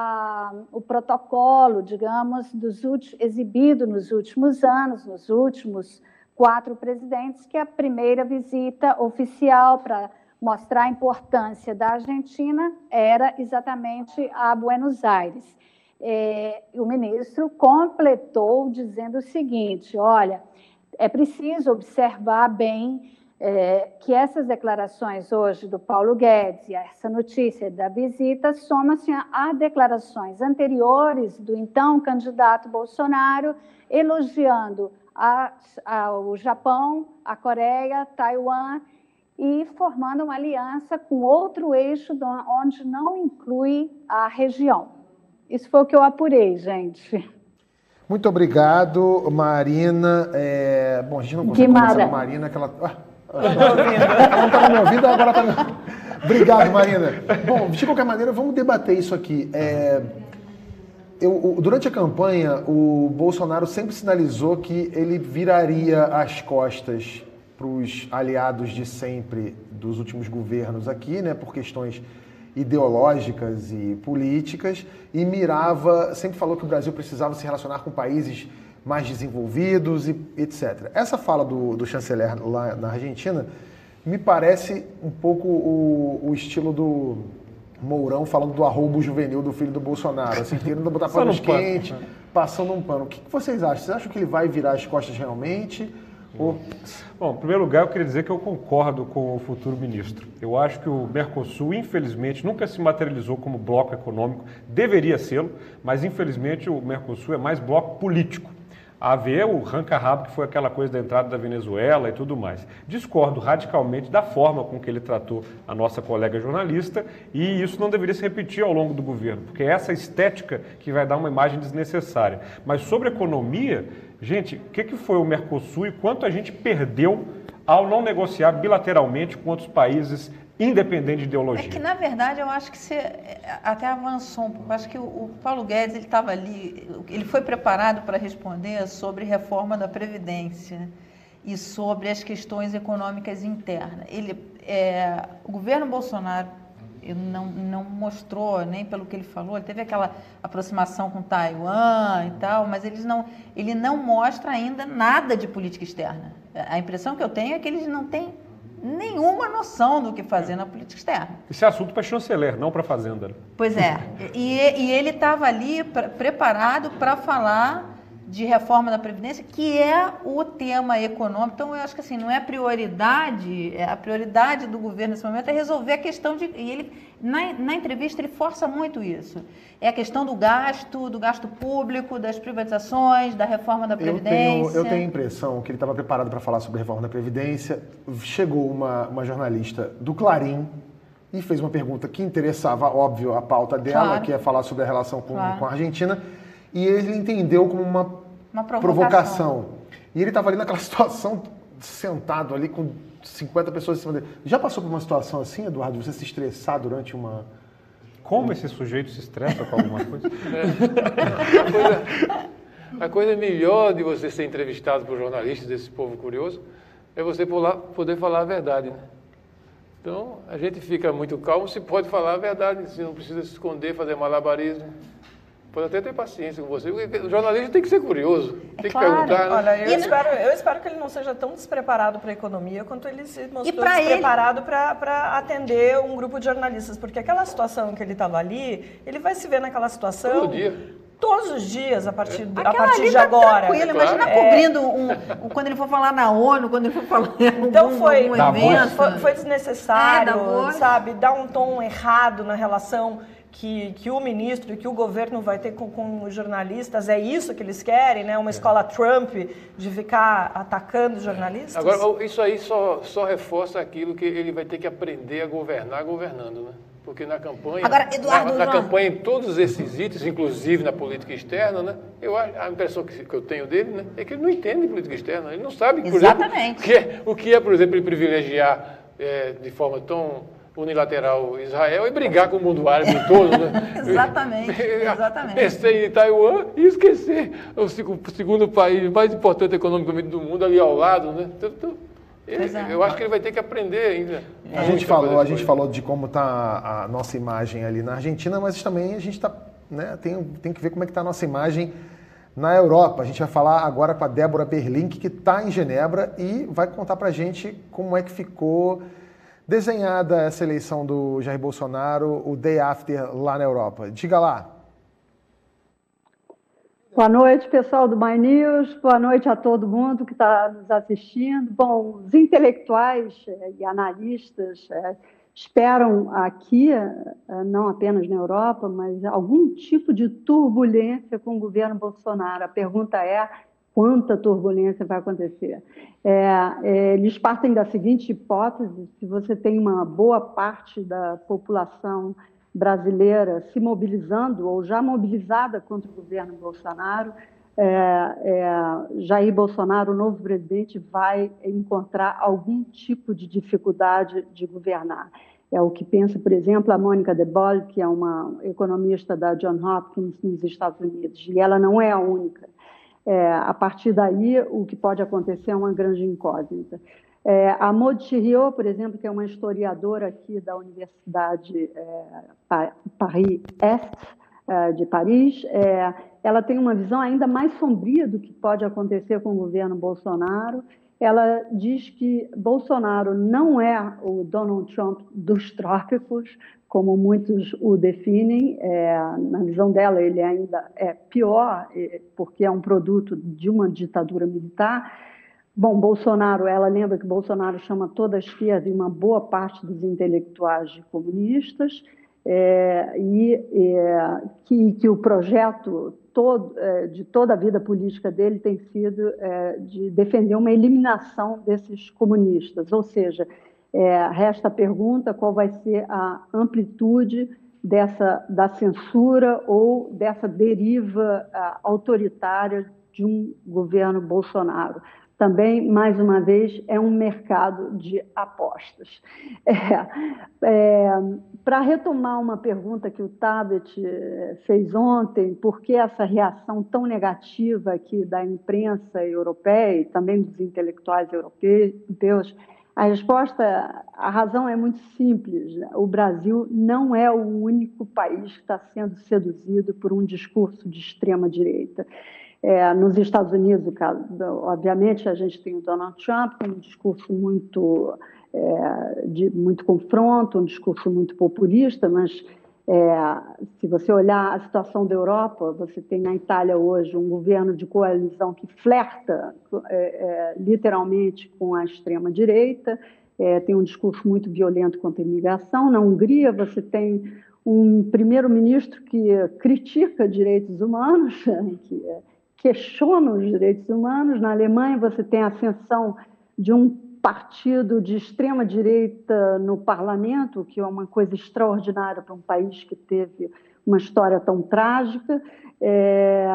Speaker 10: a, o protocolo, digamos, dos últimos, exibido nos últimos anos, nos últimos quatro presidentes, que a primeira visita oficial para mostrar a importância da Argentina era exatamente a Buenos Aires. É, o ministro completou dizendo o seguinte: olha, é preciso observar bem é, que essas declarações hoje do Paulo Guedes e essa notícia da visita soma-se a, a declarações anteriores do então candidato Bolsonaro elogiando a, a, o Japão, a Coreia, Taiwan e formando uma aliança com outro eixo do, onde não inclui a região. Isso foi o que eu apurei, gente.
Speaker 2: Muito obrigado, Marina. É... Bom, a gente não consegue conversar com a Marina, que ela... Ah, ela não estava me ouvindo, agora está me ouvindo. Obrigado, Marina. Bom, de qualquer maneira, vamos debater isso aqui. É... Eu, durante a campanha, o Bolsonaro sempre sinalizou que ele viraria as costas para os aliados de sempre dos últimos governos aqui, né, por questões ideológicas e políticas, e mirava, sempre falou que o Brasil precisava se relacionar com países mais desenvolvidos e etcétera. Essa fala do, do chanceler lá na Argentina me parece um pouco o, o estilo do Mourão falando do arroubo juvenil do filho do Bolsonaro, assim, querendo botar panos quentes, passando um pano. O que vocês acham? Vocês acham que ele vai virar as costas realmente? Ou...
Speaker 6: Bom, em primeiro lugar, eu queria dizer que eu concordo com o futuro ministro. Eu acho que o Mercosul, infelizmente, nunca se materializou como bloco econômico, deveria sê-lo, mas infelizmente o Mercosul é mais bloco político. A ver o ranca-rabo, que foi aquela coisa da entrada da Venezuela e tudo mais. Discordo radicalmente da forma com que ele tratou a nossa colega jornalista, e isso não deveria se repetir ao longo do governo, porque é essa estética que vai dar uma imagem desnecessária. Mas sobre economia, gente, o que, que foi o Mercosul e quanto a gente perdeu ao não negociar bilateralmente com outros países, independente de ideologia?
Speaker 3: É que, na verdade, eu acho que você até avançou um pouco. Eu acho que o, o Paulo Guedes, ele estava ali, ele foi preparado para responder sobre reforma da Previdência e sobre as questões econômicas internas. Ele, é, o governo Bolsonaro ele não, não mostrou, nem pelo que ele falou, ele teve aquela aproximação com Taiwan e tal, mas eles não, ele não mostra ainda nada de política externa. A impressão que eu tenho é que eles não têm nenhuma noção do que fazer na política externa.
Speaker 6: Esse é assunto para chanceler, não para fazenda.
Speaker 3: Pois é, e, e ele estava ali pra, preparado para falar de reforma da Previdência, que é o tema econômico. Então, eu acho que assim, não é prioridade, é a prioridade do governo nesse momento é resolver a questão de... E ele, na, na entrevista, ele força muito isso. É a questão do gasto, do gasto público, das privatizações, da reforma da Previdência.
Speaker 2: Eu tenho, eu tenho a impressão que ele estava preparado para falar sobre a reforma da Previdência. Chegou uma, uma jornalista do Clarim e fez uma pergunta que interessava, óbvio, a pauta dela,
Speaker 3: claro.
Speaker 2: que é falar sobre a relação com,
Speaker 3: claro.
Speaker 2: com a Argentina. E ele entendeu como uma,
Speaker 3: uma provocação.
Speaker 2: provocação. E ele estava ali naquela situação, sentado ali com cinquenta pessoas em cima dele. Já passou por uma situação assim, Eduardo, de você se estressar durante uma...
Speaker 6: Como esse sujeito se estressa com alguma coisa?
Speaker 4: É. A, coisa a coisa melhor de você ser entrevistado por jornalistas desse povo curioso é você poder falar a verdade, né? Então, a gente fica muito calmo se pode falar a verdade, se não precisa se esconder, fazer malabarismo. Pode até ter paciência com você. O jornalista tem que ser curioso, tem
Speaker 3: é
Speaker 4: que
Speaker 3: claro.
Speaker 4: perguntar. Né?
Speaker 5: Olha, eu espero, eu espero que ele não seja tão despreparado para a economia quanto ele se mostrou
Speaker 3: pra
Speaker 5: despreparado ele... para atender um grupo de jornalistas. Porque aquela situação que ele estava ali, ele vai se ver naquela situação...
Speaker 4: Todo dia.
Speaker 5: Todos os dias, a partir,
Speaker 3: é.
Speaker 5: a partir de
Speaker 3: tá
Speaker 5: agora.
Speaker 3: Tranquilo. Imagina é. cobrindo um, um, quando ele for falar na ONU, quando ele for falar em algum,
Speaker 5: então foi,
Speaker 3: algum evento.
Speaker 5: Foi, foi desnecessário,
Speaker 3: é,
Speaker 5: sabe? Dar um tom errado na relação que, que o ministro e que o governo vai ter com, com os jornalistas. É isso que eles querem, né? Uma escola Trump de ficar atacando os jornalistas?
Speaker 4: Agora, isso aí só, só reforça aquilo que ele vai ter que aprender a governar governando, né? Porque na campanha,
Speaker 3: Agora, Eduardo,
Speaker 4: na, na campanha, em todos esses itens, inclusive na política externa, né, eu, a impressão que, que eu tenho dele, né, é que ele não entende política externa. Ele não sabe, por
Speaker 3: Exatamente.
Speaker 4: exemplo, o que, é, o que é, por exemplo, ele privilegiar é, de forma tão unilateral Israel e brigar com o mundo árabe todo. Né?
Speaker 3: Exatamente, exatamente.
Speaker 4: Pensei em Taiwan e esquecer o segundo país mais importante economicamente do mundo ali ao lado. Né? Então, então, Ele, eu acho que ele vai ter que aprender ainda.
Speaker 2: A gente falou, a gente falou de como está a nossa imagem ali na Argentina, mas também a gente tá, né, tem, tem que ver como é que está a nossa imagem na Europa. A gente vai falar agora com a Débora Berlink, que está em Genebra e vai contar para a gente como é que ficou desenhada essa eleição do Jair Bolsonaro, o day after lá na Europa. Diga lá.
Speaker 10: Boa noite, pessoal do My News. Boa noite a todo mundo que está nos assistindo. Bom, os intelectuais e analistas é, esperam aqui, não apenas na Europa, mas algum tipo de turbulência com o governo Bolsonaro. A pergunta é quanta turbulência vai acontecer. É, é, eles partem da seguinte hipótese: se você tem uma boa parte da população brasileira se mobilizando ou já mobilizada contra o governo Bolsonaro, é, é, Jair Bolsonaro, o novo presidente, vai encontrar algum tipo de dificuldade de governar. É o que pensa, por exemplo, a Mônica de Bolle, que é uma economista da Johns Hopkins nos Estados Unidos, e ela não é a única. É, a partir daí, o que pode acontecer é uma grande incógnita. É, a Maud Thiriot, por exemplo, que é uma historiadora aqui da Universidade é, Paris-Est, é, de Paris, é, ela tem uma visão ainda mais sombria do que pode acontecer com o governo Bolsonaro. Ela diz que Bolsonaro não é o Donald Trump dos trópicos, como muitos o definem. É, na visão dela, ele ainda é pior, é, porque é um produto de uma ditadura militar. Bom, Bolsonaro, ela lembra que Bolsonaro chama toda a esquerda e uma boa parte dos intelectuais de comunistas, é, e é, que, que o projeto todo, é, de toda a vida política dele tem sido é, de defender uma eliminação desses comunistas. Ou seja, é, resta a pergunta qual vai ser a amplitude dessa, da censura ou dessa deriva a, autoritária de um governo Bolsonaro. Também, mais uma vez, é um mercado de apostas. É, é, para retomar uma pergunta que o Tabet fez ontem, por que essa reação tão negativa aqui da imprensa europeia e também dos intelectuais europeus, a resposta, a razão é muito simples. O Brasil não é o único país que está sendo seduzido por um discurso de extrema-direita. É, nos Estados Unidos, obviamente, a gente tem o Donald Trump com um discurso muito, é, de muito confronto, um discurso muito populista, mas É, se você olhar a situação da Europa, você tem na Itália hoje um governo de coalizão que flerta é, é, literalmente com a extrema-direita, é, tem um discurso muito violento contra a imigração. Na Hungria, você tem um primeiro-ministro que critica direitos humanos, que questiona os direitos humanos. Na Alemanha, você tem a ascensão de um partido de extrema-direita no parlamento, que é uma coisa extraordinária para um país que teve uma história tão trágica. É,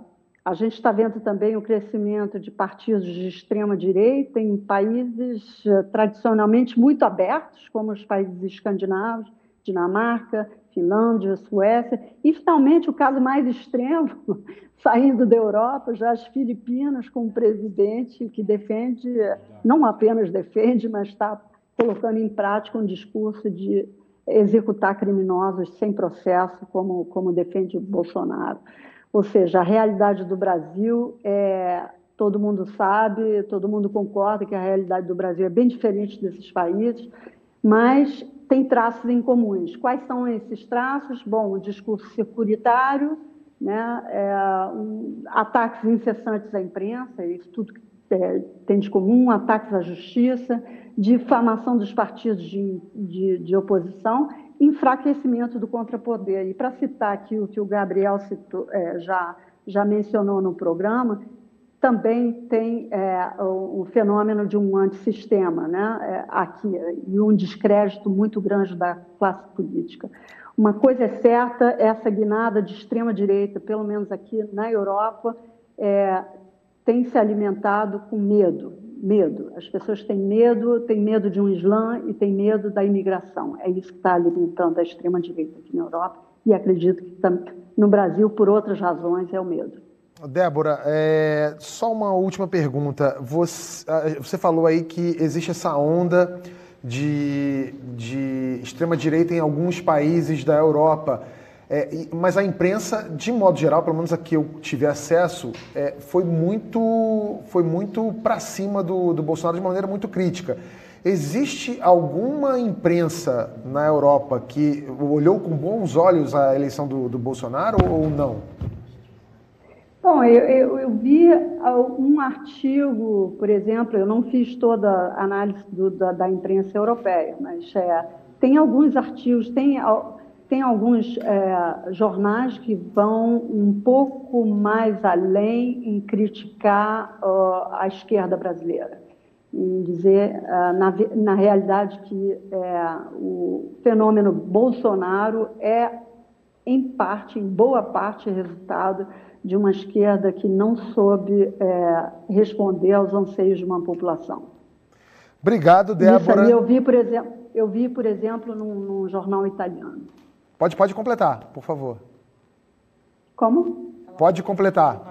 Speaker 10: a gente está vendo também o crescimento de partidos de extrema-direita em países tradicionalmente muito abertos, como os países escandinavos, Dinamarca, Finlândia, Suécia, e, finalmente, o caso mais extremo, saindo da Europa, já as Filipinas, com um presidente que defende, não apenas defende, mas está colocando em prática um discurso de executar criminosos sem processo, como, como defende o Bolsonaro. Ou seja, a realidade do Brasil, é, todo mundo sabe, todo mundo concorda que a realidade do Brasil é bem diferente desses países, mas tem traços em comuns. Quais são esses traços? Bom, o discurso securitário, né, é, um, ataques incessantes à imprensa, isso tudo é, tem de comum, ataques à justiça, difamação dos partidos de, de, de oposição, enfraquecimento do contrapoder. E para citar aqui o que o Gabriel citou, é, já, já mencionou no programa, também tem é, o, o fenômeno de um antissistema, né, é, aqui, e um descrédito muito grande da classe política. Uma coisa é certa, essa guinada de extrema-direita, pelo menos aqui na Europa, é, tem se alimentado com medo, medo. As pessoas têm medo, têm medo de um Islã e têm medo da imigração. É isso que está alimentando a extrema-direita aqui na Europa, e acredito que no Brasil, por outras razões, é o medo.
Speaker 2: Débora, é, só uma última pergunta. Você, você falou aí que existe essa onda de, de extrema-direita em alguns países da Europa, é, mas a imprensa, de modo geral, pelo menos a que eu tive acesso, é, foi muito, foi muito para cima do, do Bolsonaro de maneira muito crítica. Existe alguma imprensa na Europa que olhou com bons olhos a eleição do, do Bolsonaro ou não?
Speaker 10: Bom, eu, eu, eu vi um artigo, por exemplo, eu não fiz toda a análise do, da, da imprensa europeia, mas é, tem alguns artigos, tem, tem alguns é, jornais que vão um pouco mais além em criticar uh, a esquerda brasileira, em dizer, uh, na, na realidade, que é, o fenômeno Bolsonaro é, em parte, em boa parte, resultado de uma esquerda que não soube é, responder aos anseios de uma população.
Speaker 2: Obrigado, Débora.
Speaker 10: Isso aí eu vi, por exemplo, eu vi, por exemplo, num, num jornal italiano.
Speaker 2: Pode, pode completar, por favor.
Speaker 10: Como?
Speaker 2: Pode completar.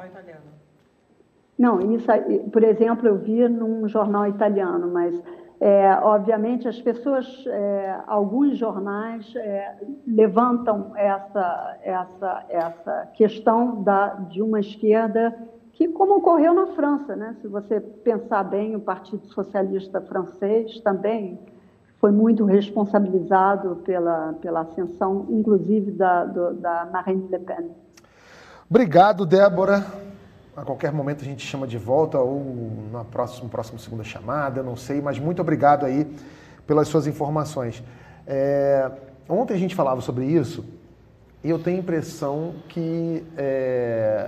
Speaker 10: Não, isso aí, por exemplo, eu vi num jornal italiano, mas É, obviamente, as pessoas, é, alguns jornais é, levantam essa, essa, essa questão da, de uma esquerda que, como ocorreu na França, né? Se você pensar bem, o Partido Socialista francês também foi muito responsabilizado pela, pela ascensão, inclusive, da, do, da Marine Le Pen.
Speaker 2: Obrigado, Débora. A qualquer momento a gente chama de volta ou na próxima, próxima segunda chamada, eu não sei, mas muito obrigado aí pelas suas informações. É, ontem a gente falava sobre isso e eu tenho a impressão que é,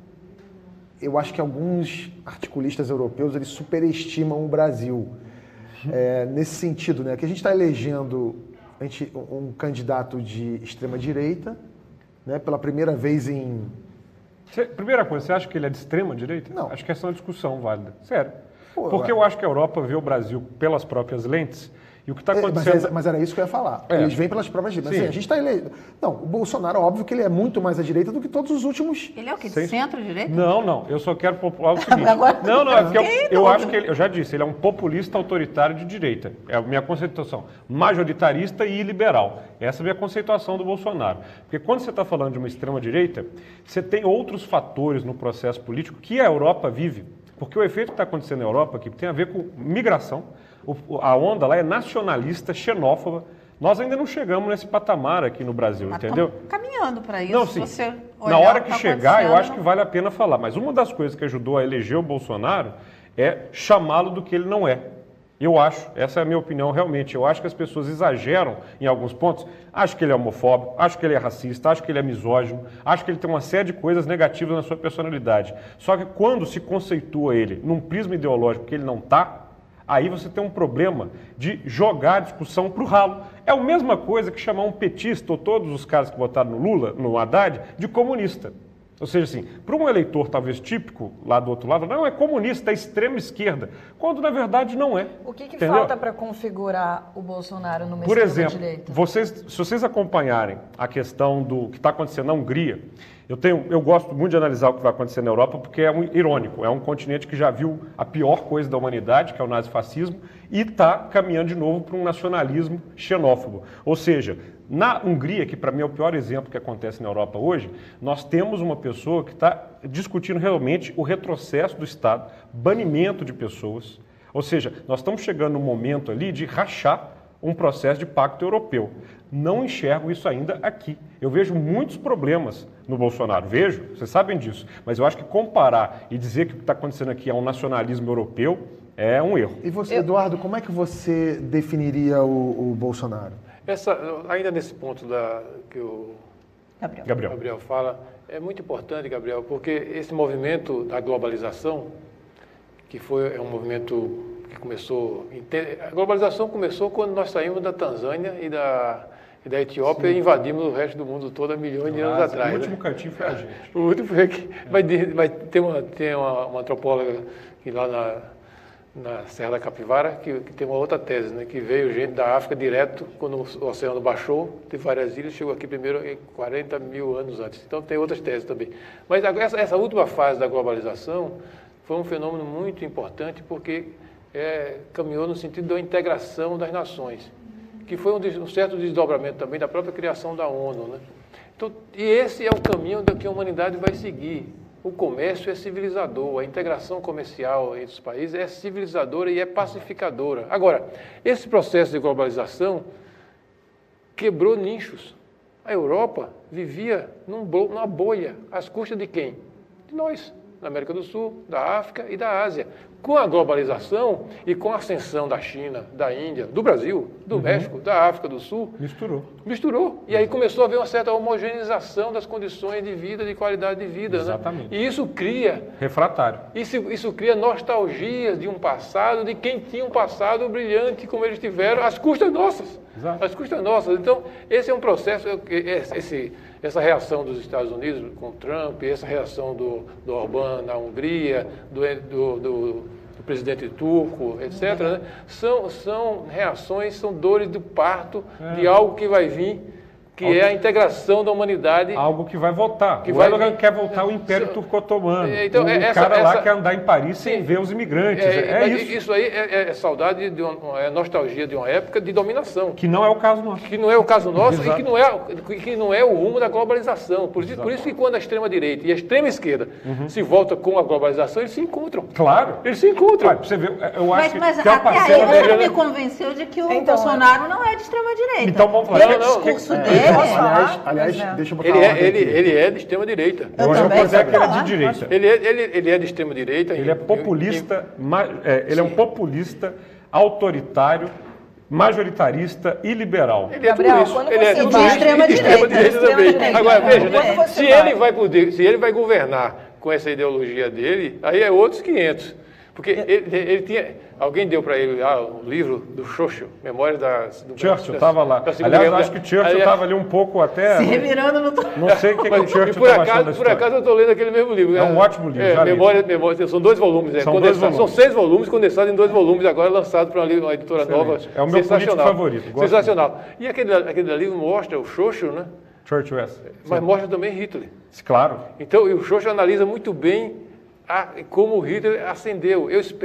Speaker 2: eu acho que alguns articulistas europeus eles superestimam o Brasil. É, nesse sentido, né, que a gente está elegendo a gente, um candidato de extrema-direita, né, pela primeira vez em...
Speaker 6: Você, primeira coisa, você acha que ele é de extrema direita?
Speaker 2: Não.
Speaker 6: Acho que essa é uma discussão válida. Sério.
Speaker 2: Pô,
Speaker 6: Porque eu acho que a Europa vê o Brasil pelas próprias lentes e o que está acontecendo...
Speaker 2: Mas, mas era isso que eu ia falar.
Speaker 6: É.
Speaker 2: Eles vêm pelas próprias lentes. Mas assim, a gente está eleito... Não, o Bolsonaro, óbvio que ele é muito mais à direita do que todos os últimos...
Speaker 3: Ele é o quê? De
Speaker 6: Sem...
Speaker 3: centro-direita?
Speaker 6: Não, não. Eu só quero popular o seguinte...
Speaker 3: Agora,
Speaker 6: não, não. É porque eu, eu
Speaker 3: não.
Speaker 6: acho que ele... Eu já disse, ele é um populista autoritário de direita. É a minha conceituação. Majoritarista e liberal. Essa é a minha conceituação do Bolsonaro. Porque quando você está falando de uma extrema-direita, você tem outros fatores no processo político que a Europa vive. Porque o efeito que está acontecendo na Europa aqui tem a ver com migração. O, a onda lá é nacionalista, xenófoba. Nós ainda não chegamos nesse patamar aqui no Brasil,
Speaker 3: Mas
Speaker 6: entendeu?
Speaker 3: Caminhando para isso.
Speaker 6: Não, sim.
Speaker 3: Você
Speaker 6: Na hora que
Speaker 3: tá
Speaker 6: chegar, eu acho
Speaker 3: não...
Speaker 6: que vale a pena falar. Mas uma das coisas que ajudou a eleger o Bolsonaro é chamá-lo do que ele não é. Eu acho, essa é a minha opinião realmente, eu acho que as pessoas exageram em alguns pontos. Acho que ele é homofóbico, acho que ele é racista, acho que ele é misógino, acho que ele tem uma série de coisas negativas na sua personalidade. Só que quando se conceitua ele num prisma ideológico que ele não está, aí você tem um problema de jogar a discussão para o ralo. É a mesma coisa que chamar um petista, ou todos os caras que votaram no Lula, no Haddad, de comunista. Ou seja, assim, para um eleitor talvez típico lá do outro lado, não, é comunista, é extrema esquerda, quando na verdade não é.
Speaker 5: O que, que
Speaker 6: entendeu?
Speaker 5: falta para configurar o Bolsonaro numa
Speaker 6: Por exemplo,
Speaker 5: extrema-direita?
Speaker 6: vocês, se vocês acompanharem a questão do que está acontecendo na Hungria, eu, tenho, eu gosto muito de analisar o que vai acontecer na Europa, porque é um, irônico, é um continente que já viu a pior coisa da humanidade, que é o nazifascismo, e está caminhando de novo para um nacionalismo xenófobo. Ou seja, na Hungria, que para mim é o pior exemplo que acontece na Europa hoje, nós temos uma pessoa que está discutindo realmente o retrocesso do Estado, banimento de pessoas. Ou seja, nós estamos chegando num momento ali de rachar um processo de pacto europeu. Não enxergo isso ainda aqui. Eu vejo muitos problemas no Bolsonaro, vejo, vocês sabem disso, mas eu acho que comparar e dizer que o que está acontecendo aqui é um nacionalismo europeu é um erro.
Speaker 2: E você, Eduardo, como é que você definiria o, o Bolsonaro?
Speaker 4: Essa, ainda nesse ponto da, que o
Speaker 3: Gabriel.
Speaker 6: Gabriel.
Speaker 4: Gabriel fala, é muito importante, Gabriel, porque esse movimento da globalização, que foi é um movimento que começou... A globalização começou quando nós saímos da Tanzânia e da, e da Etiópia Sim. e invadimos o resto do mundo todo há milhões de anos atrás.
Speaker 6: O último
Speaker 4: né?
Speaker 6: cantinho foi a gente.
Speaker 4: O último foi que... Vai, vai ter uma, tem uma, uma antropóloga que lá na... na Serra da Capivara, que, que tem uma outra tese, né? Que veio gente da África direto, quando o oceano baixou, teve várias ilhas, chegou aqui primeiro em quarenta mil anos antes. Então tem outras teses também. Mas essa, essa última fase da globalização foi um fenômeno muito importante porque é, caminhou no sentido da integração das nações, que foi um, um certo desdobramento também da própria criação da ONU. Né? Então, e esse é o caminho da que a humanidade vai seguir. O comércio é civilizador, a integração comercial entre os países é civilizadora e é pacificadora. Agora, esse processo de globalização quebrou nichos. A Europa vivia num, numa bolha, às custas de quem? De nós, da América do Sul, da África e da Ásia. Com a globalização e com a ascensão da China, da Índia, do Brasil, do uhum. México, da África do Sul...
Speaker 6: Misturou.
Speaker 4: Misturou. E aí começou a haver uma certa homogeneização das condições de vida, de qualidade de vida.
Speaker 6: Exatamente.
Speaker 4: Né? E isso cria...
Speaker 6: Refratário.
Speaker 4: Isso, isso cria nostalgias de um passado, de quem tinha um passado brilhante como eles tiveram, às custas nossas.
Speaker 6: Exato.
Speaker 4: Às custas nossas. Então, esse é um processo... Esse, essa reação dos Estados Unidos com Trump, essa reação do, do Orbán na Hungria, do... do, do do presidente turco, etcétera, né? são, são reações, são dores do parto é. de algo que vai vir, que algo, é a integração da humanidade.
Speaker 6: Algo que vai voltar.
Speaker 4: Que
Speaker 6: o
Speaker 4: vai
Speaker 6: Erdogan
Speaker 4: vir,
Speaker 6: quer voltar ao Império Turco-Otomano.
Speaker 4: Então,
Speaker 6: o
Speaker 4: essa,
Speaker 6: cara lá
Speaker 4: essa,
Speaker 6: quer andar em Paris sem sim, ver os imigrantes. É, é isso.
Speaker 4: Isso aí é, é saudade, de uma, é nostalgia de uma época de dominação.
Speaker 6: Que não é o caso nosso.
Speaker 4: Que não é o caso nosso Exato. e que não, é, que não é o rumo da globalização. Por isso, por isso que quando a extrema-direita e a extrema-esquerda uhum. se voltam com a globalização, eles se encontram.
Speaker 6: Claro.
Speaker 4: Eles se encontram.
Speaker 6: Olha, você vê, eu acho
Speaker 3: mas, mas
Speaker 6: que
Speaker 3: até
Speaker 6: aí
Speaker 3: ele não me convenceu de que o então, Bolsonaro não é de extrema-direita.
Speaker 6: Então vamos falar.
Speaker 3: Pelo discurso
Speaker 2: é,
Speaker 3: dele...
Speaker 2: Aliás, aliás
Speaker 3: é.
Speaker 2: deixa eu botar
Speaker 4: ele
Speaker 2: uma
Speaker 4: é, ele, ele é de extrema-direita.
Speaker 6: Eu hoje eu vou dizer que ele é de direita.
Speaker 4: Ele é, ele, ele é de extrema-direita.
Speaker 6: Ele é populista, e, ma, é, ele Sim. é um populista autoritário, majoritarista e liberal.
Speaker 4: Ele é
Speaker 5: Gabriel,
Speaker 4: tudo isso.
Speaker 5: Quando
Speaker 4: ele
Speaker 5: você
Speaker 4: é tudo
Speaker 5: vai...
Speaker 4: isso. Extrema-direita também.
Speaker 5: Extrema
Speaker 4: Agora, veja, né? se,
Speaker 5: vai...
Speaker 4: ele vai poder, se ele vai governar com essa ideologia dele, aí é outros quinhentos. Porque ele, ele tinha... Alguém deu para ele ah, o livro do Churchill, Memórias da... Do,
Speaker 6: Churchill estava lá. Aliás, eu acho que Churchill estava ali um pouco até...
Speaker 3: Se revirando no...
Speaker 6: Não sei o que, que o Churchill
Speaker 4: estava achando da Por acaso eu estou lendo aquele mesmo livro.
Speaker 6: É um ótimo livro,
Speaker 4: é,
Speaker 6: já
Speaker 4: memória, memória, São dois volumes. É,
Speaker 6: são, dois volumes.
Speaker 4: são seis volumes condensados em dois volumes, agora lançado para uma, uma editora
Speaker 6: Excelente.
Speaker 4: nova.
Speaker 6: É o meu político favorito. Gosto
Speaker 4: sensacional.
Speaker 6: Muito.
Speaker 4: E aquele, aquele livro mostra o Churchill, né?
Speaker 6: Churchill, é.
Speaker 4: Mas mostra também Hitler.
Speaker 6: Claro.
Speaker 4: Então, o Churchill analisa muito bem a, como o Hitler ascendeu. Eu espero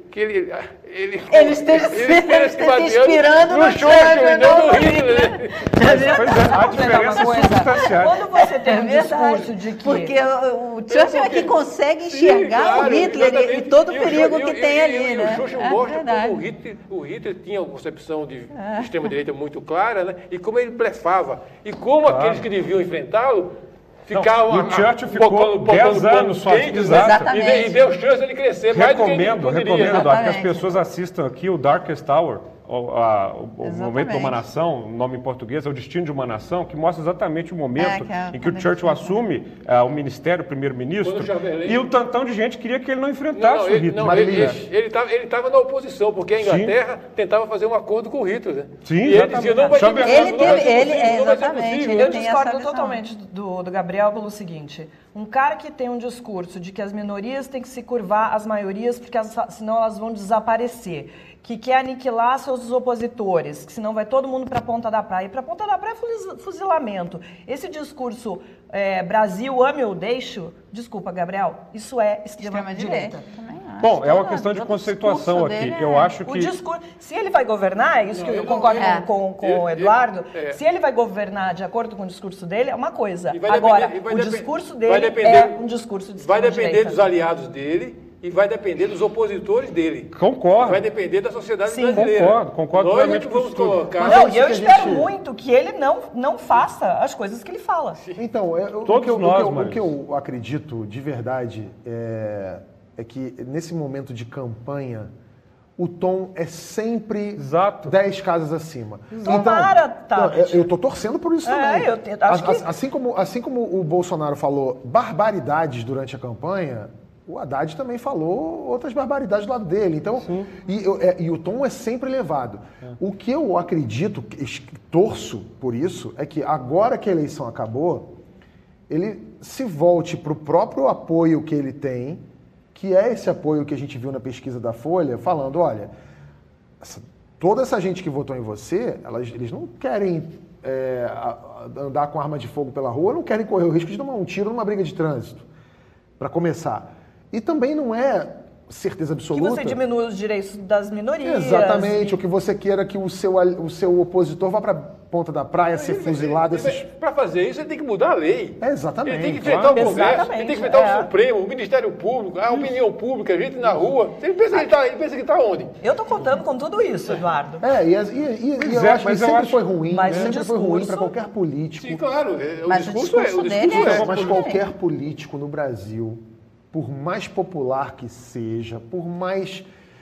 Speaker 4: que ele... ele
Speaker 3: ele esteja se inspirando no
Speaker 4: Churchill e não no Hitler.
Speaker 6: Pois é, a diferença é substancial.
Speaker 5: Quando você tem um discurso de que...
Speaker 3: Porque o, o Churchill é que consegue enxergar Sim, claro, o Hitler e, e todo o perigo que tem ali, né?
Speaker 4: O Churchill é mostra como o Hitler, o Hitler tinha uma concepção de é. extrema-direita muito clara, né? E como ele blefava. E como claro. aqueles que deviam enfrentá-lo ficavam...
Speaker 6: Não, o Churchill ficou dez anos só.
Speaker 4: Exatamente. E, e deu chance de ele crescer
Speaker 6: recomendo,
Speaker 4: mais do que ele poderia.
Speaker 6: Recomendo, Eduardo, que as pessoas assistam aqui o Darkest Hour, o, a, o, o momento de uma nação, o nome em português é o Destino de uma Nação, que mostra exatamente o momento é, que é, em que o Churchill assume uh, o ministério, o primeiro-ministro, e o tantão de gente queria que ele não enfrentasse não, não, o Hitler.
Speaker 4: Não, ele estava na oposição, porque a Inglaterra Sim. tentava fazer um acordo com o Hitler. Né?
Speaker 6: Sim,
Speaker 4: e ele dizia, não vai ser possível,
Speaker 3: ele teve, ele, é, exatamente, ele
Speaker 5: Eu discordo totalmente do, do Gabriel pelo seguinte, um cara que tem um discurso de que as minorias têm que se curvar às maiorias, porque as, senão elas vão desaparecer, que quer aniquilar seus opositores, que senão vai todo mundo para a ponta da praia. E para a ponta da praia é fuzilamento. Esse discurso, é, Brasil, ame ou deixo, desculpa, Gabriel, isso é extrema-direita.
Speaker 6: Bom, é uma questão de conceituação aqui. É... Eu acho que...
Speaker 5: O discurso, se ele vai governar, é isso não, que eu concordo é. com, com o Eduardo, é. se ele vai governar de acordo com o discurso dele, é uma coisa. Agora, o depender, discurso dele depender, é um discurso de
Speaker 4: Vai depender dos aliados dele, e vai depender dos opositores dele.
Speaker 6: Concordo.
Speaker 4: Vai depender da sociedade
Speaker 6: Sim,
Speaker 4: brasileira.
Speaker 6: Concordo, concordo
Speaker 4: Nós
Speaker 6: plenamente
Speaker 4: vamos colocar...
Speaker 5: Não, e eu espero gente... muito que ele não, não faça as coisas que ele fala.
Speaker 2: Então, eu,
Speaker 6: Todos
Speaker 2: o, que eu,
Speaker 6: nós,
Speaker 2: o, que eu, o que eu acredito de verdade é, é que nesse momento de campanha, o tom é sempre
Speaker 6: Exato.
Speaker 2: dez casas acima.
Speaker 5: Então, Tomara, tá.
Speaker 2: Eu estou torcendo por isso
Speaker 5: é,
Speaker 2: também.
Speaker 5: Eu te, acho
Speaker 2: a,
Speaker 5: que...
Speaker 2: assim, como, assim como o Bolsonaro falou barbaridades durante a campanha, o Haddad também falou outras barbaridades do lado dele. Então, e, eu, é, e o tom é sempre elevado. É. O que eu acredito, torço por isso, é que agora que a eleição acabou, ele se volte para o próprio apoio que ele tem, que é esse apoio que a gente viu na pesquisa da Folha, falando, olha, essa, toda essa gente que votou em você, elas, eles não querem é, andar com arma de fogo pela rua, não querem correr o risco de tomar um tiro numa briga de trânsito, para começar. E também não é certeza absoluta...
Speaker 5: Que você diminua os direitos das minorias.
Speaker 2: Exatamente,
Speaker 5: e...
Speaker 2: ou que você queira que o seu, o seu opositor vá para a ponta da praia ser fuzilado. Esses...
Speaker 4: Para fazer isso, ele tem que mudar a lei.
Speaker 2: É, exatamente.
Speaker 4: Ele tem que enfrentar claro. o Congresso,
Speaker 5: exatamente.
Speaker 4: ele tem que enfrentar
Speaker 5: é.
Speaker 4: o Supremo, o Ministério Público, a opinião pública, a gente na rua. Ele pensa que está ele pensa que tá onde?
Speaker 5: Eu estou contando com tudo isso, Eduardo.
Speaker 2: É, e, e, e, e eu é, acho que sempre acho... foi ruim,
Speaker 5: mas
Speaker 2: né? sempre
Speaker 5: discurso...
Speaker 2: foi ruim para qualquer político.
Speaker 4: Sim, claro. O
Speaker 3: mas
Speaker 4: discurso,
Speaker 3: o discurso,
Speaker 4: é, o
Speaker 3: dele
Speaker 4: discurso
Speaker 3: é...
Speaker 4: é...
Speaker 2: Mas qualquer político no Brasil... por mais popular que seja, por mais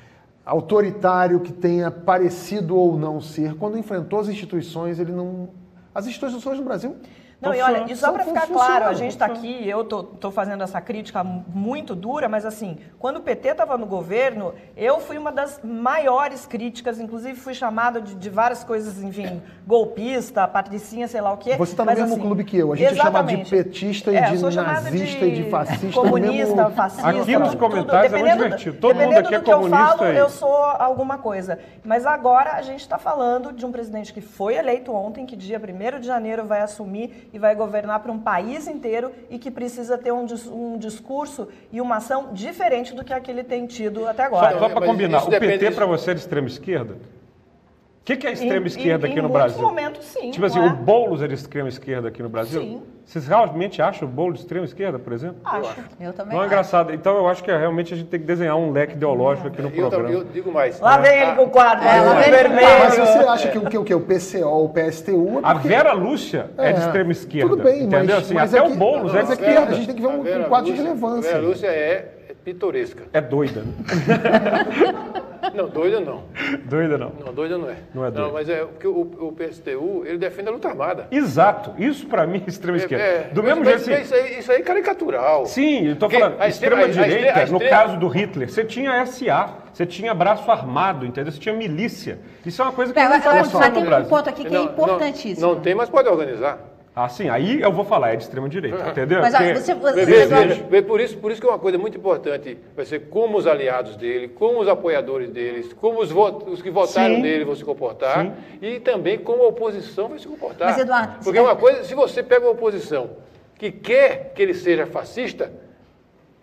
Speaker 2: autoritário que tenha parecido ou não ser, quando enfrentou as instituições, ele não... As instituições no Brasil...
Speaker 5: Não, e olha, e só para ficar claro, a gente está aqui, eu tô, tô fazendo essa crítica muito dura, mas assim, quando o P T estava no governo, eu fui uma das maiores críticas, inclusive fui chamada de, de várias coisas, enfim, golpista, patricinha, sei lá o quê.
Speaker 2: Você está no
Speaker 5: mas,
Speaker 2: mesmo
Speaker 5: assim,
Speaker 2: clube que eu, a gente
Speaker 5: exatamente.
Speaker 2: é chamado de petista e
Speaker 5: é,
Speaker 2: de nazista
Speaker 5: de
Speaker 2: e de fascista.
Speaker 5: Comunista,
Speaker 2: mesmo...
Speaker 5: fascista.
Speaker 6: Aqui nos comentários
Speaker 5: tudo,
Speaker 6: é muito divertido, todo mundo aqui é
Speaker 5: do que
Speaker 6: comunista.
Speaker 5: eu falo,
Speaker 6: aí.
Speaker 5: eu sou alguma coisa. Mas agora a gente está falando de um presidente que foi eleito ontem, que dia primeiro de janeiro vai assumir e vai governar para um país inteiro e que precisa ter um, um discurso e uma ação diferente do que aquele tem tido até agora.
Speaker 6: Só, só para combinar, o P T para você é de extrema esquerda? O que, que é extrema em, esquerda
Speaker 5: em,
Speaker 6: aqui
Speaker 5: em
Speaker 6: no Brasil?
Speaker 5: Em muitos momentos, sim.
Speaker 6: Tipo assim,
Speaker 5: é?
Speaker 6: o Boulos é de extrema esquerda aqui no Brasil?
Speaker 5: Sim.
Speaker 6: Vocês realmente acham o Boulos de extrema esquerda, por exemplo?
Speaker 5: Acho.
Speaker 3: Eu também
Speaker 6: Não é
Speaker 3: acho.
Speaker 6: engraçado. Então eu acho que realmente a gente tem que desenhar um leque ideológico aqui no
Speaker 4: eu,
Speaker 6: programa.
Speaker 4: Eu digo mais.
Speaker 5: Lá vem ele com o quadro,
Speaker 3: é, lá vem
Speaker 5: vermelho.
Speaker 2: Mas se você acha que o que, o, que, o P C O, o P S T U... É porque...
Speaker 6: A Vera Lúcia é, é de extrema esquerda.
Speaker 2: Tudo bem,
Speaker 6: entendeu?
Speaker 2: mas,
Speaker 6: Assim,
Speaker 2: mas
Speaker 6: até
Speaker 2: é que,
Speaker 6: o Boulos
Speaker 2: mas
Speaker 6: é de
Speaker 2: é que
Speaker 6: esquerda.
Speaker 2: a gente tem que ver um, um quadro de relevância.
Speaker 4: A Vera Lúcia é pitoresca.
Speaker 6: É doida, né?
Speaker 4: Não, doida não.
Speaker 6: Doida não.
Speaker 4: Não, doida não é.
Speaker 6: Não é doida.
Speaker 4: Não, mas é porque o, o P S T U, ele defende a luta armada.
Speaker 6: Exato. Isso pra mim é extrema esquerda.
Speaker 4: É,
Speaker 6: Do
Speaker 4: mas,
Speaker 6: mesmo
Speaker 4: mas,
Speaker 6: jeito assim.
Speaker 4: Isso aí, isso aí é caricatural.
Speaker 6: Sim, eu tô
Speaker 4: Porque
Speaker 6: falando,
Speaker 4: a
Speaker 6: extrema
Speaker 4: extrema- a
Speaker 6: direita,
Speaker 4: extrema- a
Speaker 6: no
Speaker 4: extrema-
Speaker 6: caso do Hitler, você tinha S A, você tinha braço armado, entendeu? Você tinha milícia. Isso é uma coisa que
Speaker 3: Pera,
Speaker 6: não está
Speaker 3: eu- eu-
Speaker 6: acontecendo
Speaker 3: mas
Speaker 6: no
Speaker 3: tem um
Speaker 6: Brasil.
Speaker 3: ponto aqui que é
Speaker 4: Não,
Speaker 3: importantíssimo.
Speaker 4: Não, não tem, mas pode organizar.
Speaker 6: Ah, sim, aí eu vou falar, é de extrema direita, entendeu?
Speaker 3: Mas
Speaker 6: Porque-
Speaker 3: olha, você, você,
Speaker 4: Vê,
Speaker 3: você-
Speaker 4: vê, vê, por, isso, por isso que é uma coisa muito importante, vai ser como os aliados dele, como os apoiadores deles, como os, vot, os que votaram
Speaker 6: Sim.
Speaker 4: nele vão se comportar
Speaker 6: Sim.
Speaker 4: e também como a oposição vai se comportar.
Speaker 3: Mas, Eduardo,
Speaker 4: Porque
Speaker 3: você-
Speaker 4: uma coisa, se você pega uma oposição que quer que ele seja fascista,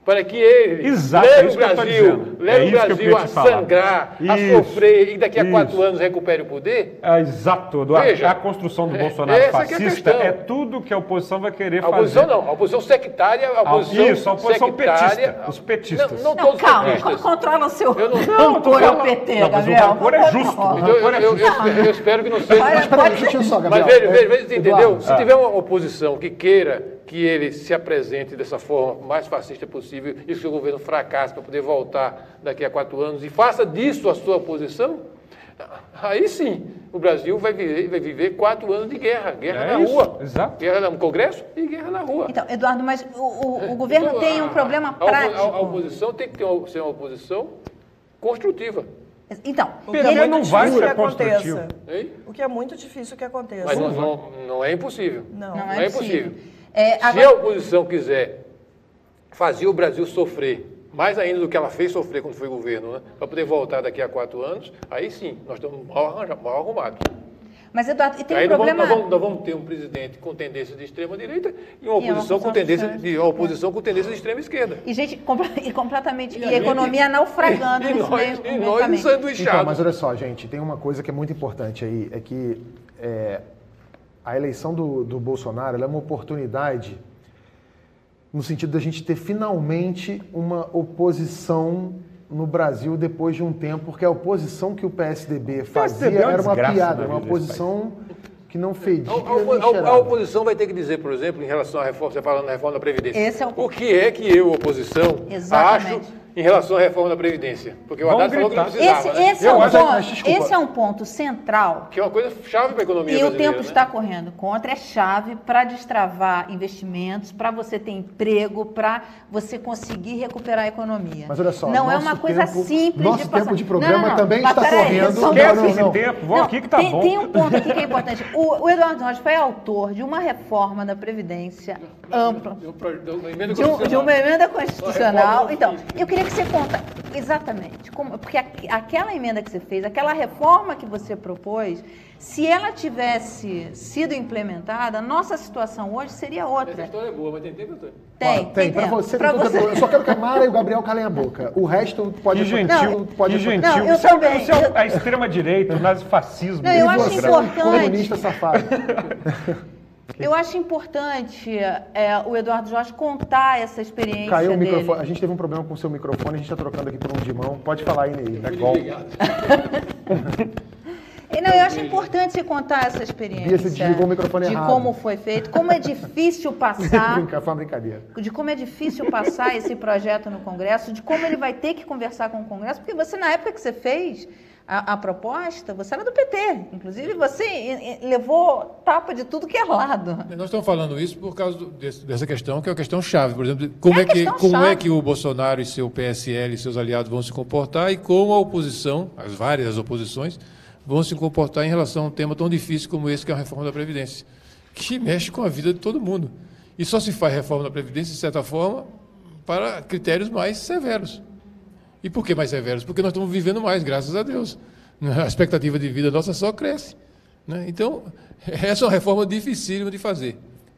Speaker 4: para que ele
Speaker 6: Exato,
Speaker 4: leve
Speaker 6: é isso
Speaker 4: o
Speaker 6: que eu tô
Speaker 4: Brasil,
Speaker 6: dizendo.
Speaker 4: leve
Speaker 6: É
Speaker 4: o
Speaker 6: isso que eu
Speaker 4: Brasil
Speaker 6: queria
Speaker 4: a
Speaker 6: te falar.
Speaker 4: sangrar, a
Speaker 6: Isso,
Speaker 4: sofrer e daqui a quatro
Speaker 6: isso.
Speaker 4: anos recupere o poder?
Speaker 6: É, exato, Eduardo.
Speaker 4: Veja,
Speaker 6: a construção do
Speaker 4: é,
Speaker 6: Bolsonaro
Speaker 4: essa que é a
Speaker 6: fascista
Speaker 4: questão.
Speaker 6: é tudo que a oposição vai querer
Speaker 4: A oposição
Speaker 6: fazer.
Speaker 4: não, a oposição sectária, a oposição
Speaker 6: Isso, a oposição
Speaker 4: sectária,
Speaker 6: petista, os petistas.
Speaker 4: Não, não,
Speaker 3: Não,
Speaker 4: todos
Speaker 3: calma,
Speaker 4: petistas.
Speaker 3: controla o seu
Speaker 4: Eu não-
Speaker 3: rancor ao P T,
Speaker 6: Não, mas o
Speaker 3: Gabriel.
Speaker 6: rancor é justo.
Speaker 3: Não,
Speaker 4: Então, eu, eu, eu, eu- eu espero que não seja.
Speaker 3: Olha,
Speaker 2: Mas peraí,
Speaker 3: pode-
Speaker 2: deixa eu só,
Speaker 4: Mas
Speaker 2: Gabriel.
Speaker 4: veja, veja, veja, você entendeu?
Speaker 2: Eduardo,
Speaker 4: Se tiver uma oposição que queira que ele se apresente dessa forma mais fascista possível e que o governo fracasse para poder voltar daqui a quatro anos e faça disso a sua oposição, aí sim o Brasil vai viver, vai viver quatro anos de guerra. Guerra
Speaker 6: É
Speaker 4: na
Speaker 6: isso,
Speaker 4: rua.
Speaker 6: exato.
Speaker 4: Guerra no Congresso e guerra na rua.
Speaker 3: Então, Eduardo, mas o, o- o governo
Speaker 4: Então,
Speaker 3: tem
Speaker 4: a-
Speaker 3: um problema
Speaker 4: a- a-
Speaker 3: prático.
Speaker 4: A, a oposição tem que ter uma, ser uma oposição construtiva.
Speaker 3: Então,
Speaker 5: O que
Speaker 3: ele
Speaker 5: é muito
Speaker 6: não vai
Speaker 5: difícil
Speaker 6: ser
Speaker 5: que aconteça.
Speaker 6: construtivo.
Speaker 4: Hein?
Speaker 5: O que é muito difícil que aconteça.
Speaker 4: Mas não, não, não é impossível.
Speaker 5: Não.
Speaker 3: não
Speaker 4: Não
Speaker 3: é,
Speaker 4: é
Speaker 3: possível.
Speaker 4: impossível.
Speaker 3: É,
Speaker 4: Se
Speaker 3: agora-
Speaker 4: a oposição quiser fazer o Brasil sofrer, mais ainda do que ela fez sofrer quando foi governo, né? Para poder voltar daqui a quatro anos, aí sim, nós estamos mal, arranja- mal arrumados.
Speaker 3: Mas, Eduardo, e tem
Speaker 4: aí
Speaker 3: um
Speaker 4: nós,
Speaker 3: problema...
Speaker 4: vamos, nós, vamos, nós vamos ter um presidente com tendência de extrema-direita e uma
Speaker 3: E uma
Speaker 4: oposição com
Speaker 3: oposição
Speaker 4: tendência
Speaker 3: de
Speaker 4: de, uma oposição com tendência de extrema-esquerda.
Speaker 3: E, gente, compla- e completamente... E,
Speaker 4: a
Speaker 3: a
Speaker 4: gente-
Speaker 3: economia naufragando
Speaker 4: E
Speaker 3: nesse
Speaker 4: nós,
Speaker 3: meio,
Speaker 4: e
Speaker 3: meio
Speaker 4: nós
Speaker 3: caminho.
Speaker 4: ensanduichados.
Speaker 2: Então, mas olha só, gente, tem uma coisa que é muito importante aí, é que é, a eleição do, do Bolsonaro ela é uma oportunidade no sentido da gente ter finalmente uma oposição no Brasil depois de um tempo, porque a oposição que o P S D B fazia
Speaker 6: é uma
Speaker 2: era uma
Speaker 6: desgraça
Speaker 2: piada,
Speaker 6: na
Speaker 2: uma
Speaker 6: vida desse
Speaker 2: oposição que não fedia
Speaker 4: A, a,
Speaker 2: nem
Speaker 4: a- a
Speaker 2: cheirava.
Speaker 4: oposição vai ter que dizer, por exemplo, em relação à reforma, você falando da reforma da Previdência,
Speaker 3: Esse é o
Speaker 4: o que é que eu, oposição,
Speaker 3: Exatamente.
Speaker 4: acho em relação à reforma da Previdência? Porque o
Speaker 6: Vamos
Speaker 4: Haddad falou que não
Speaker 6: gritar.
Speaker 4: precisava,
Speaker 3: Esse,
Speaker 4: né?
Speaker 3: esse, é
Speaker 2: Eu
Speaker 3: um
Speaker 2: acho-
Speaker 3: ponto,
Speaker 2: mas, desculpa.
Speaker 3: esse é um ponto central.
Speaker 4: Que é uma coisa chave para a economia
Speaker 3: E o
Speaker 4: brasileira,
Speaker 3: tempo
Speaker 4: né?
Speaker 3: está correndo contra, é chave para destravar investimentos, para você ter emprego, para você conseguir recuperar a economia.
Speaker 2: Mas olha só,
Speaker 3: não é
Speaker 2: nosso
Speaker 3: uma coisa
Speaker 2: tempo-
Speaker 3: simples
Speaker 2: nosso
Speaker 3: de passar.
Speaker 2: tempo de programa
Speaker 3: Não, não, não.
Speaker 2: também
Speaker 3: Mas
Speaker 2: está
Speaker 3: peraí,
Speaker 2: correndo.
Speaker 3: só-
Speaker 6: Esquece
Speaker 2: Não, não,
Speaker 6: esse
Speaker 2: não.
Speaker 6: tempo, vamos
Speaker 3: Não,
Speaker 6: aqui que tá
Speaker 3: tem,
Speaker 6: bom.
Speaker 3: tem um ponto aqui que é importante. O, o Eduardo Rocha foi autor de uma reforma da Previdência ampla,
Speaker 4: De um pro- de uma emenda
Speaker 3: de, um- de
Speaker 4: constitucional.
Speaker 3: uma emenda constitucional.
Speaker 4: Uma reforma
Speaker 3: Então,
Speaker 4: difícil.
Speaker 3: eu queria que você conta exatamente, como, porque aqu- aquela emenda que você fez, aquela reforma que você propôs, se ela tivesse sido implementada, a nossa situação hoje seria
Speaker 4: Essa
Speaker 3: outra.
Speaker 4: história é boa, mas tem tempo, Antônio?
Speaker 3: Tem,
Speaker 2: Ó, tem, pra
Speaker 3: tempo.
Speaker 2: você,
Speaker 3: Pra
Speaker 2: tem todo
Speaker 3: você.
Speaker 2: tempo. Eu só quero que a Mara e o Gabriel calem a boca. O resto pode...
Speaker 6: Que gentil,
Speaker 3: Não,
Speaker 2: pode
Speaker 6: que
Speaker 2: pode-
Speaker 6: gentil.
Speaker 3: Não, eu
Speaker 6: Isso é-
Speaker 3: também.
Speaker 6: isso é
Speaker 3: Eu-
Speaker 6: a extrema-direita, o nazifascismo.
Speaker 3: Não, eu
Speaker 2: E
Speaker 3: acho
Speaker 2: você, um
Speaker 3: importante.
Speaker 2: comunista safado.
Speaker 3: Eu acho importante é, o Eduardo Jorge contar essa experiência
Speaker 2: Caiu o
Speaker 3: dele.
Speaker 2: microfone. A gente teve um problema com o seu microfone, a gente está trocando aqui por um de mão. Pode falar aí, Ney.
Speaker 6: É golpe.
Speaker 3: E, Não, eu acho importante você contar essa experiência.
Speaker 2: Bia, você desligou o microfone
Speaker 3: de
Speaker 2: errado.
Speaker 3: como foi feito, como é difícil passar,
Speaker 2: Brinca, foi uma brincadeira.
Speaker 3: de como é difícil passar esse projeto no Congresso, de como ele vai ter que conversar com o Congresso, porque você, na época que você fez a, a proposta, você era do P T. Inclusive, você eh, eh, levou tapa de tudo que é lado.
Speaker 4: Nós estamos falando isso por causa do- desse- dessa questão, que é uma questão chave. Por exemplo, como,
Speaker 3: É
Speaker 4: é, que,
Speaker 3: questão
Speaker 4: como
Speaker 3: chave.
Speaker 4: é que o Bolsonaro e seu P S L e seus aliados vão se comportar e como a oposição, as várias oposições, vão se comportar em relação a um tema tão difícil como esse, que é a reforma da Previdência, que mexe com a vida de todo mundo. E só se faz reforma da Previdência, de certa forma, para critérios mais severos. E por que mais severos? Porque nós estamos vivendo mais, graças a Deus. A expectativa de vida nossa só cresce, né? Então, essa é uma reforma dificílima de fazer.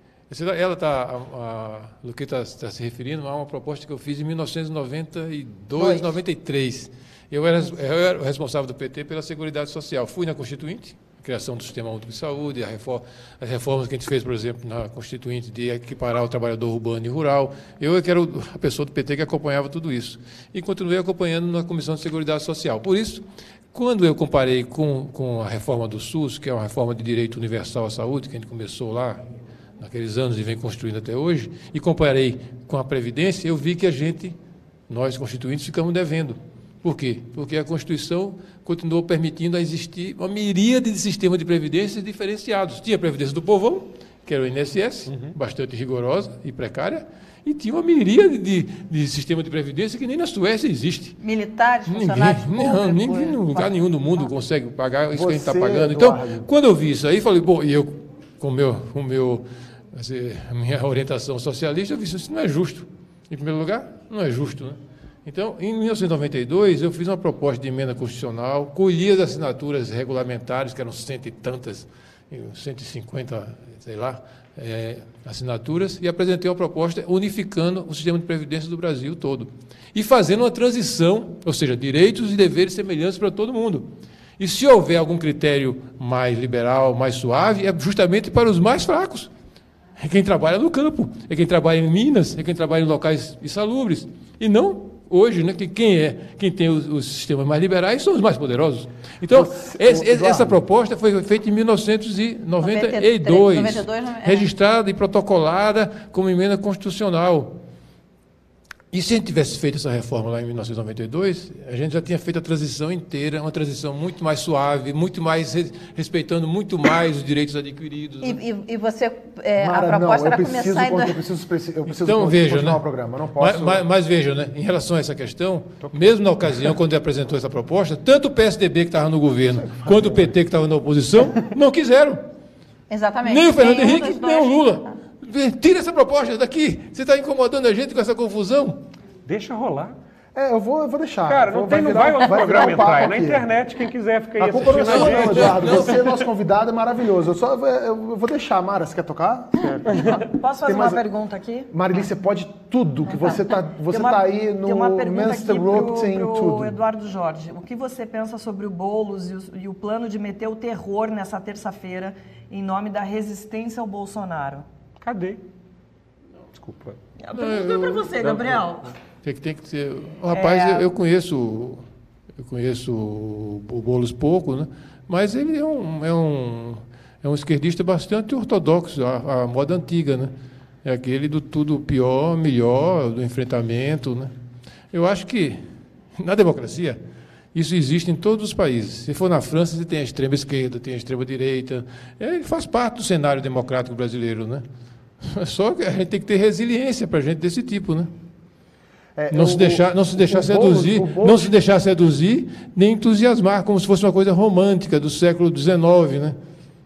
Speaker 4: Ela está, a Luqueta está se referindo a uma proposta que eu fiz em mil novecentos e noventa e dois, noventa e três. Eu era, eu era o responsável do P T pela Seguridade Social. Fui na Constituinte, a criação do Sistema Único de Saúde, a reforma, as reformas que a gente fez, por exemplo, na Constituinte, de equiparar o trabalhador urbano e rural. Eu é que era a pessoa do P T que acompanhava tudo isso. E continuei acompanhando na Comissão de Seguridade Social. Por isso, quando eu comparei com, com a reforma do SUS, que é uma reforma de direito universal à saúde, que a gente começou lá naqueles anos e vem construindo até hoje, e comparei com a Previdência, eu vi que a gente, nós constituintes, ficamos devendo. Por quê? Porque a Constituição continuou permitindo a existir uma miríade de sistemas de previdência diferenciados. Tinha a Previdência do Povão, que era o I N S S, uhum. bastante rigorosa e precária, e tinha uma miríade de, de sistemas de previdência que nem na Suécia existe.
Speaker 3: Militares, funcionários
Speaker 4: Ninguém,
Speaker 3: públicos.
Speaker 4: não, ninguém, em lugar nenhum do mundo consegue pagar isso
Speaker 2: Você,
Speaker 4: que a gente está pagando.
Speaker 2: Eduardo.
Speaker 4: Então, quando eu vi isso aí, falei, bom, e eu, com o meu, com o meu, assim, a minha orientação socialista, eu vi isso, isso não é justo. Em primeiro lugar, não é justo, né? Então, em mil novecentos e noventa e dois, eu fiz uma proposta de emenda constitucional, colhi as assinaturas regulamentares, que eram cento e tantas cento e cinquenta, sei lá, é, assinaturas, e apresentei uma proposta unificando o sistema de previdência do Brasil todo. E fazendo uma transição, ou seja, direitos e deveres semelhantes para todo mundo. E se houver algum critério mais liberal, mais suave, é justamente para os mais fracos. É quem trabalha no campo, é quem trabalha em minas, é quem trabalha em locais insalubres. E não hoje, né, que quem é, quem tem os, os sistemas mais liberais são os mais poderosos. Então, Você, esse, Eduardo, essa proposta foi feita em mil novecentos e noventa e dois, noventa e dois, é. registrada e protocolada como emenda constitucional. E se a gente tivesse feito essa reforma lá em mil novecentos e noventa e dois, a gente já tinha feito a transição inteira, uma transição muito mais suave, muito mais respeitando muito mais os direitos adquiridos.
Speaker 3: E, né? e, e você, é, Mara, a proposta não, era começar...
Speaker 2: Preciso, eu preciso, eu preciso
Speaker 4: então, veja,
Speaker 2: continuar
Speaker 4: né?
Speaker 2: o programa, eu não posso...
Speaker 4: Mas, mas, mas veja, né? Em relação a essa questão, mesmo na ocasião, quando ele apresentou essa proposta, tanto o P S D B que estava no governo, quanto o P T que estava na oposição, não quiseram.
Speaker 3: Exatamente.
Speaker 4: Nem o Fernando nem Henrique, nem o Lula. Tira essa proposta daqui. Você está incomodando a gente com essa confusão.
Speaker 6: Deixa rolar.
Speaker 2: É, eu vou, eu vou deixar.
Speaker 6: Cara, não,
Speaker 2: vou,
Speaker 6: tem,
Speaker 2: vai
Speaker 6: não vai outro
Speaker 2: vai
Speaker 6: programa
Speaker 2: um
Speaker 6: entrar. É na
Speaker 2: aqui.
Speaker 6: internet, quem quiser fica aí
Speaker 2: a culpa não é
Speaker 6: assistindo
Speaker 2: sua,
Speaker 6: a gente.
Speaker 2: não, Eduardo. Você é nosso convidado, é maravilhoso. Eu, só, eu vou deixar. Mara, você quer tocar?
Speaker 5: Posso fazer uma pergunta aqui?
Speaker 2: Marili, você pode tudo, que você está você uma, tá aí no Master Rope em tudo.
Speaker 5: Eduardo Jorge, o que você pensa sobre o Boulos e o, e o plano de meter o terror nessa terça-feira em nome da resistência ao Bolsonaro?
Speaker 6: Cadê? Desculpa.
Speaker 5: A pergunta é para você, Gabriel.
Speaker 4: Tem que, tem que ser. O rapaz, é... eu, eu conheço, eu conheço o, o Boulos pouco, né? Mas ele é um, é um, é um esquerdista bastante ortodoxo, a, a moda antiga, né? É aquele do tudo pior, melhor, do enfrentamento, né? Eu acho que na democracia isso existe em todos os países. Se for na França, você tem a extrema esquerda, tem a extrema direita. Ele faz parte do cenário democrático brasileiro, né? Só que a gente tem que ter resiliência para gente desse tipo, né? É, não, o, se deixar, não se deixar seduzir, Boulos, Boulos... não se deixar seduzir, nem entusiasmar, como se fosse uma coisa romântica do século dezenove, né?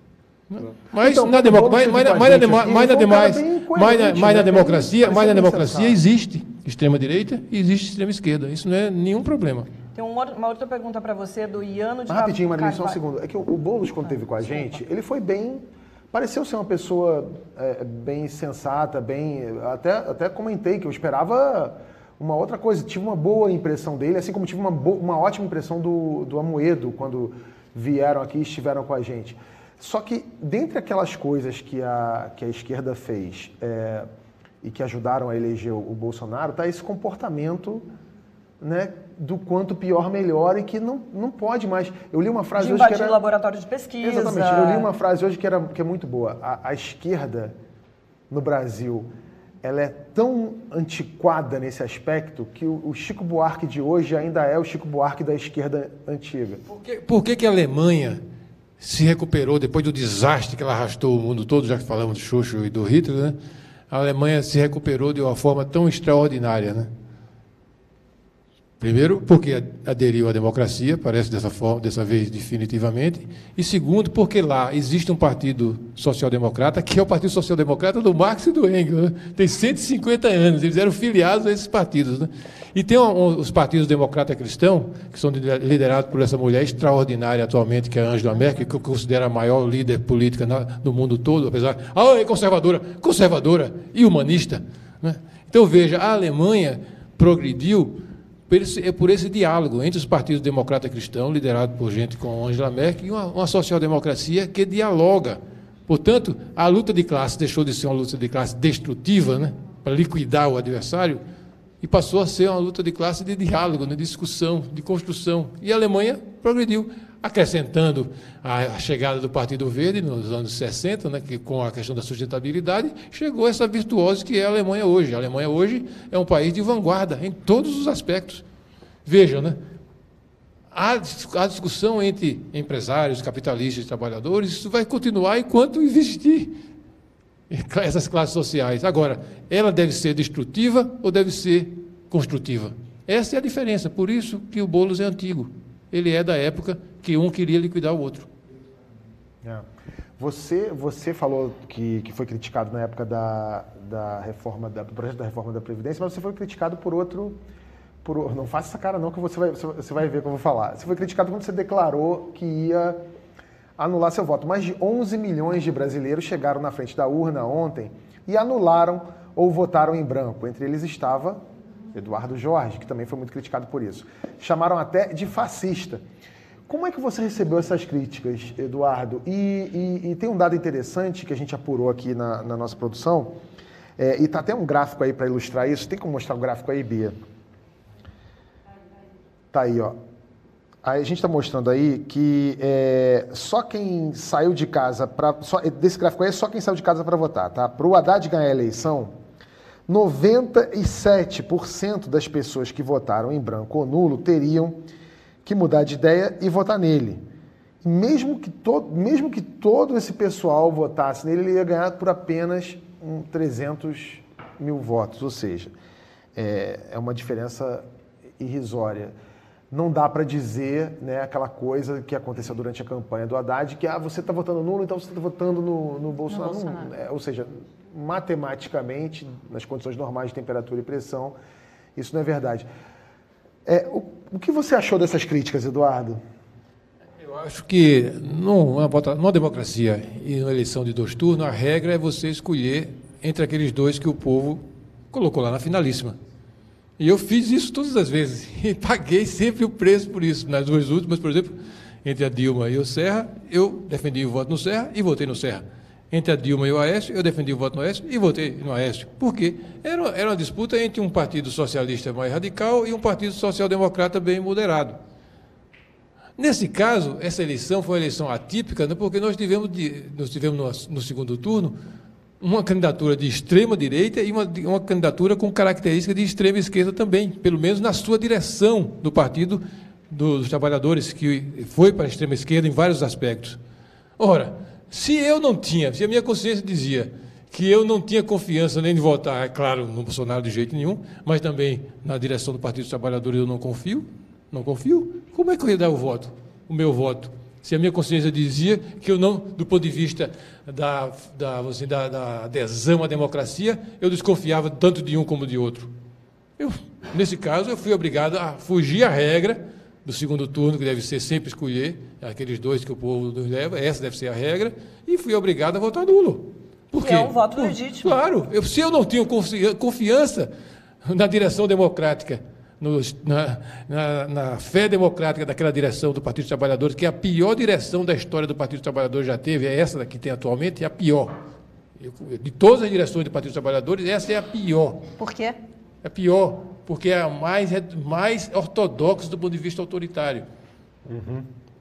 Speaker 4: Mas então, na democracia, mas, mas, mas, mas, mas, mas, mas na democracia, mas na democracia existe extrema direita e existe extrema esquerda. Isso não é nenhum problema.
Speaker 5: Tem uma outra pergunta para você do Iano de
Speaker 2: Rapidinho, Maria, só um segundo. É que o, o Boulos, quando esteve com a gente, ele foi bem. Pareceu ser uma pessoa é, bem sensata, bem. Até, até comentei que eu esperava uma outra coisa. Tive uma boa impressão dele, assim como tive uma, bo, uma ótima impressão do, do Amoedo quando vieram aqui e estiveram com a gente. Só que, dentre aquelas coisas que a, que a esquerda fez é, e que ajudaram a eleger o, o Bolsonaro, está esse comportamento, né, do quanto pior, melhor, e que não, não pode mais. Eu li uma frase
Speaker 5: de
Speaker 2: hoje que era...
Speaker 5: laboratório de pesquisa.
Speaker 2: Exatamente. Eu li uma frase hoje que, era, que é muito boa. A, a esquerda no Brasil, ela é tão antiquada nesse aspecto que o, o Chico Buarque de hoje ainda é o Chico Buarque da esquerda antiga.
Speaker 4: Por que, por que, que a Alemanha se recuperou depois do desastre que ela arrastou o mundo todo, já que falamos do Churchill e do Hitler, né? A Alemanha se recuperou de uma forma tão extraordinária, né? Primeiro, porque aderiu à democracia, parece dessa forma, dessa vez definitivamente. E segundo, porque lá existe um partido social-democrata, que é o Partido Social-Democrata do Marx e do Engels, né? Tem cento e cinquenta anos, eles eram filiados a esses partidos, né? E tem um, um, os partidos democrata-cristãos, que são liderados por essa mulher extraordinária atualmente, que é a Angela Merkel, que eu considero a maior líder política na, no mundo todo, apesar... Ah, é conservadora, conservadora e humanista, né? Então, veja, a Alemanha progrediu Por esse, é por esse diálogo entre os partidos democrata cristãos, liderados por gente como Angela Merkel, e uma, uma social-democracia que dialoga. Portanto, a luta de classe deixou de ser uma luta de classe destrutiva, né, para liquidar o adversário, e passou a ser uma luta de classe de diálogo, né, de discussão, de construção. E a Alemanha progrediu, acrescentando a, a chegada do Partido Verde nos anos sessenta, né, que com a questão da sustentabilidade, chegou essa virtuose que é a Alemanha hoje. A Alemanha hoje é um país de vanguarda em todos os aspectos. Vejam, né? A, a discussão entre empresários, capitalistas e trabalhadores, isso vai continuar enquanto existir essas classes sociais. Agora, ela deve ser destrutiva ou deve ser construtiva? Essa é a diferença. Por isso que o Boulos é antigo. Ele é da época que um queria liquidar o outro.
Speaker 2: É. Você, você falou que, que foi criticado na época da, da reforma, da, do projeto da reforma da Previdência, mas você foi criticado por outro... Por, não faça essa cara não, que você vai, você vai ver o que eu vou falar. Você foi criticado quando você declarou que ia anular seu voto. Mais de onze milhões de brasileiros chegaram na frente da urna ontem e anularam ou votaram em branco. Entre eles estava Eduardo Jorge, que também foi muito criticado por isso. Chamaram até de fascista. Como é que você recebeu essas críticas, Eduardo? E, e, e tem um dado interessante que a gente apurou aqui na, na nossa produção, é, e está até um gráfico aí para ilustrar isso. Tem como mostrar o gráfico aí, Bia? Tá aí, ó. Aí a gente está mostrando aí que é, só quem saiu de casa para... Desse gráfico aí é só quem saiu de casa para votar, tá? Para o Haddad ganhar a eleição, noventa e sete por cento das pessoas que votaram em branco ou nulo teriam que mudar de ideia e votar nele. Mesmo que, to, mesmo que todo esse pessoal votasse nele, ele ia ganhar por apenas um, trezentos mil votos, ou seja, é, é uma diferença irrisória. Não dá para dizer, né, aquela coisa que aconteceu durante a campanha do Haddad, que ah, você está votando nulo, então você está votando no, no Bolsonaro. No Bolsonaro. Não, é, ou seja, matematicamente, nas condições normais de temperatura e pressão, isso não é verdade. É, o, o que você achou dessas críticas, Eduardo?
Speaker 4: Eu acho que numa, numa democracia e numa eleição de dois turnos, a regra é você escolher entre aqueles dois que o povo colocou lá na finalíssima. E eu fiz isso todas as vezes e paguei sempre o preço por isso. Nas duas últimas, por exemplo, entre a Dilma e o Serra, eu defendi o voto no Serra e votei no Serra. Entre a Dilma e o Aécio, eu defendi o voto no Aécio e votei no Aécio. Por quê? Era, era uma disputa entre um partido socialista mais radical e um partido social-democrata bem moderado. Nesse caso, essa eleição foi uma eleição atípica, né, porque nós tivemos, de, nós tivemos no, no segundo turno uma candidatura de extrema-direita e uma, uma candidatura com característica de extrema-esquerda também, pelo menos na sua direção do Partido dos Trabalhadores, que foi para a extrema-esquerda em vários aspectos. Ora, se eu não tinha, se a minha consciência dizia que eu não tinha confiança nem de votar, é claro, no Bolsonaro de jeito nenhum, mas também na direção do Partido dos Trabalhadores eu não confio, não confio, como é que eu ia dar o voto, o meu voto? Se a minha consciência dizia que eu não, do ponto de vista da, da, assim, da, da adesão à democracia, eu desconfiava tanto de um como de outro. Eu, nesse caso, eu fui obrigado a fugir à regra do segundo turno, que deve ser sempre escolher aqueles dois que o povo nos leva, essa deve ser a regra, e fui obrigado a votar nulo. Por quê?
Speaker 5: É um voto
Speaker 4: Por,
Speaker 5: legítimo.
Speaker 4: Claro, eu, se eu não tinha confiança na direção democrática, No, na, na, na fé democrática daquela direção do Partido dos Trabalhadores, que é a pior direção da história do Partido dos Trabalhadores já teve, é essa que tem atualmente, é a pior. Eu, de todas as direções do Partido dos Trabalhadores, essa é a pior.
Speaker 5: Por quê?
Speaker 4: É pior, porque é a mais, mais ortodoxa do ponto de vista autoritário.
Speaker 6: Uhum.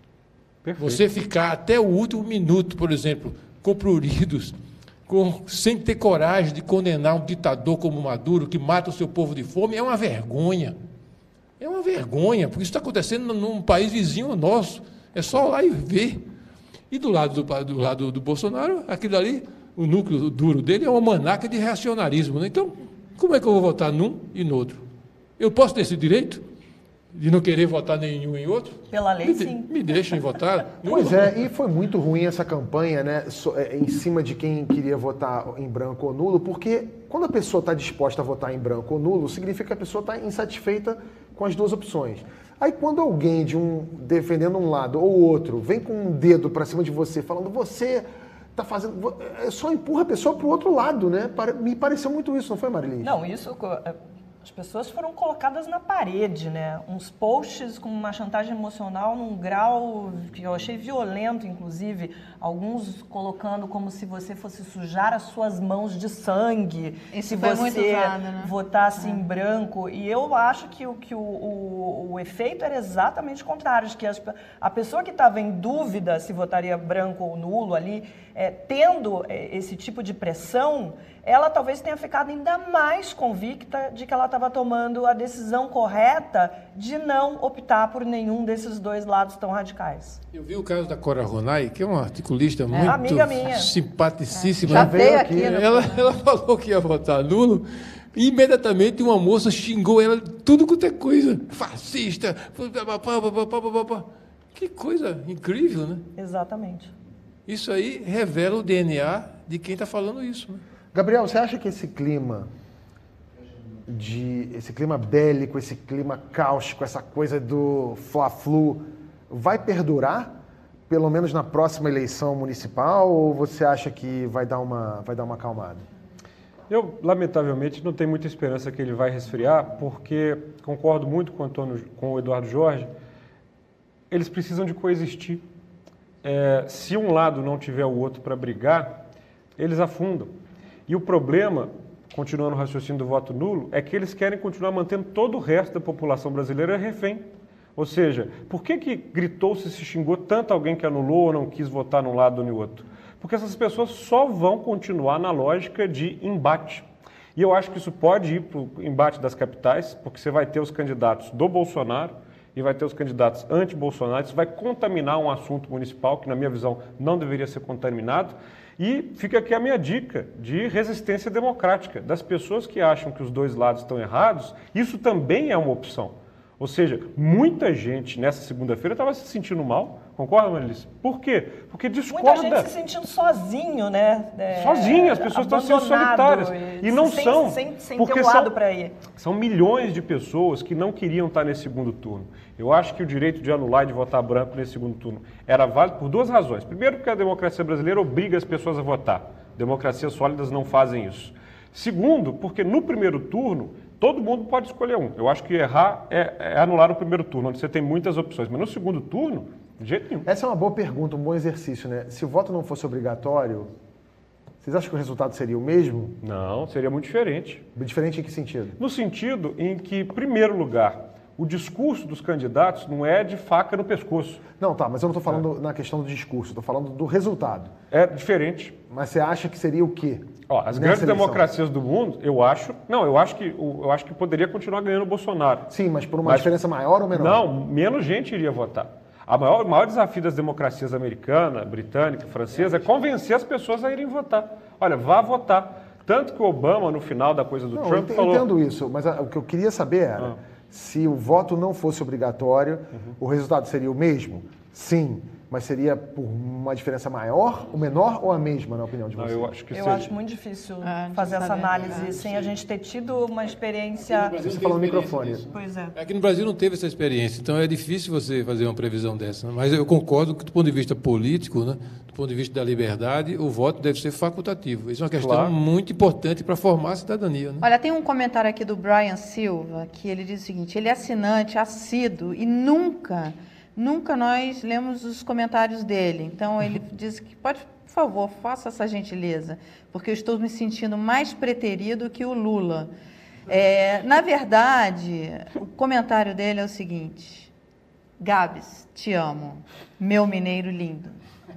Speaker 4: Você ficar até o último minuto, por exemplo, com pruridos, com, sem ter coragem de condenar um ditador como Maduro, que mata o seu povo de fome, é uma vergonha. É uma vergonha, porque isso está acontecendo num país vizinho ao nosso. É só lá e ver. E do lado do, do, lado do Bolsonaro, aquilo ali, o núcleo duro dele é uma manaca de reacionarismo. Né? Então, como é que eu vou votar num e no outro? Eu posso ter esse direito de não querer votar nenhum em outro?
Speaker 5: Pela lei,
Speaker 4: me,
Speaker 5: sim.
Speaker 4: Me deixem votar.
Speaker 2: Pois é, e foi muito ruim essa campanha, né, em cima de quem queria votar em branco ou nulo, porque quando a pessoa está disposta a votar em branco ou nulo, significa que a pessoa está insatisfeita com as duas opções. Aí quando alguém de um defendendo um lado ou outro vem com um dedo para cima de você, falando você está fazendo, só empurra a pessoa para o outro lado, né? Me pareceu muito isso, não foi, Marilis?
Speaker 5: Não, isso... As pessoas foram colocadas na parede, né? Uns posts com uma chantagem emocional num grau que eu achei violento, inclusive. Alguns colocando como se você fosse sujar as suas mãos de sangue.
Speaker 3: Isso
Speaker 5: se
Speaker 3: foi
Speaker 5: você
Speaker 3: muito usado, né?
Speaker 5: votasse
Speaker 3: é.
Speaker 5: em branco. E eu acho que o, que o, o, o efeito era exatamente o contrário. De que as, a pessoa que estava em dúvida se votaria branco ou nulo ali, é, tendo esse tipo de pressão, ela talvez tenha ficado ainda mais convicta de que ela estava tomando a decisão correta de não optar por nenhum desses dois lados tão radicais.
Speaker 4: Eu vi o caso da Cora Ronay, que é uma articulista é, muito
Speaker 5: amiga minha.
Speaker 4: simpaticíssima.
Speaker 3: É. Já veio aqui.
Speaker 4: Ela, ela falou que ia votar nulo e imediatamente uma moça xingou ela tudo quanto é coisa. Fascista. Que coisa incrível, né?
Speaker 5: Exatamente.
Speaker 4: Isso aí revela o D N A de quem está falando isso, né?
Speaker 2: Gabriel, você acha que esse clima de esse clima bélico, esse clima cáustico, essa coisa do Fla-Flu vai perdurar? pelo menos na próxima eleição municipal, ou você acha que vai dar uma, vai dar uma acalmada?
Speaker 6: Eu, lamentavelmente, não tenho muita esperança que ele vai resfriar, porque concordo muito com o, Antônio, com o Eduardo Jorge, eles precisam de coexistir. É, se um lado não tiver o outro para brigar, eles afundam. E o problema, continuando o raciocínio do voto nulo, é que eles querem continuar mantendo todo o resto da população brasileira refém. Ou seja, por que que gritou-se, se xingou tanto alguém que anulou ou não quis votar num lado ou no outro? Porque essas pessoas só vão continuar na lógica de embate. E eu acho que isso pode ir para o embate das capitais, porque você vai ter os candidatos do Bolsonaro e vai ter os candidatos anti-Bolsonaro. Isso vai contaminar um assunto municipal que, na minha visão, não deveria ser contaminado. E fica aqui a minha dica de resistência democrática. Das pessoas que acham que os dois lados estão errados, isso também é uma opção. Ou seja, muita gente nessa segunda-feira estava se sentindo mal, concorda, Marilice? Por quê? Porque discorda.
Speaker 5: Muita gente se sentindo sozinho, né? É,
Speaker 6: sozinho, as pessoas estão sendo solitárias. E, e não
Speaker 5: sem,
Speaker 6: são.
Speaker 5: Sem, sem
Speaker 6: porque
Speaker 5: ter um lado para ir.
Speaker 6: São milhões de pessoas que não queriam estar nesse segundo turno. Eu acho que o direito de anular e de votar branco nesse segundo turno era válido por duas razões. Primeiro, porque a democracia brasileira obriga as pessoas a votar. Democracias sólidas não fazem isso. Segundo, porque no primeiro turno todo mundo pode escolher um. Eu acho que errar é, é anular o primeiro turno, onde você tem muitas opções. Mas no segundo turno, de jeito nenhum.
Speaker 2: Essa é uma boa pergunta, um bom exercício, né? Se o voto não fosse obrigatório, vocês acham que o resultado seria o mesmo?
Speaker 6: Não, seria muito diferente.
Speaker 2: Diferente em que sentido?
Speaker 6: No sentido em que, em primeiro lugar, o discurso dos candidatos não é de faca no pescoço.
Speaker 2: Não, tá, mas eu não estou falando é. na questão do discurso, estou falando do resultado.
Speaker 6: É diferente.
Speaker 2: Mas você acha que seria o quê?
Speaker 6: Ó, as grandes eleição? democracias do mundo, eu acho... Não, eu acho que, eu acho que poderia continuar ganhando o Bolsonaro.
Speaker 2: Sim, mas por uma mas, diferença maior ou menor?
Speaker 6: Não, menos gente iria votar. A maior, o maior desafio das democracias americana, britânica, francesa é convencer as pessoas a irem votar. Olha, vá votar. Tanto que o Obama, no final da coisa do
Speaker 2: não,
Speaker 6: Trump,
Speaker 2: eu
Speaker 6: falou...
Speaker 2: Eu entendo isso, mas a, o que eu queria saber era... Ah. Se o voto não fosse obrigatório, uhum. o resultado seria o mesmo? Sim, mas seria por uma diferença maior, ou menor ou a mesma, na opinião de vocês?
Speaker 6: Não, eu acho que
Speaker 5: eu
Speaker 6: seja...
Speaker 5: acho muito difícil ah, fazer essa análise sem a gente ter tido uma experiência...
Speaker 2: Você falou no microfone.
Speaker 5: Pois é.
Speaker 4: Aqui no Brasil não teve essa experiência, então é difícil você fazer uma previsão dessa. Mas eu concordo que, do ponto de vista político, né, do ponto de vista da liberdade, o voto deve ser facultativo. Isso é uma questão claro. muito importante para formar a cidadania. Né?
Speaker 3: Olha, tem um comentário aqui do Brian Silva, que ele diz o seguinte: ele é assinante, assíduo, e nunca... Nunca nós lemos os comentários dele. Então, ele diz que, pode, por favor, faça essa gentileza, porque eu estou me sentindo mais preterido que o Lula. É, na verdade, o comentário dele é o seguinte: Gabs, te amo, meu mineiro lindo.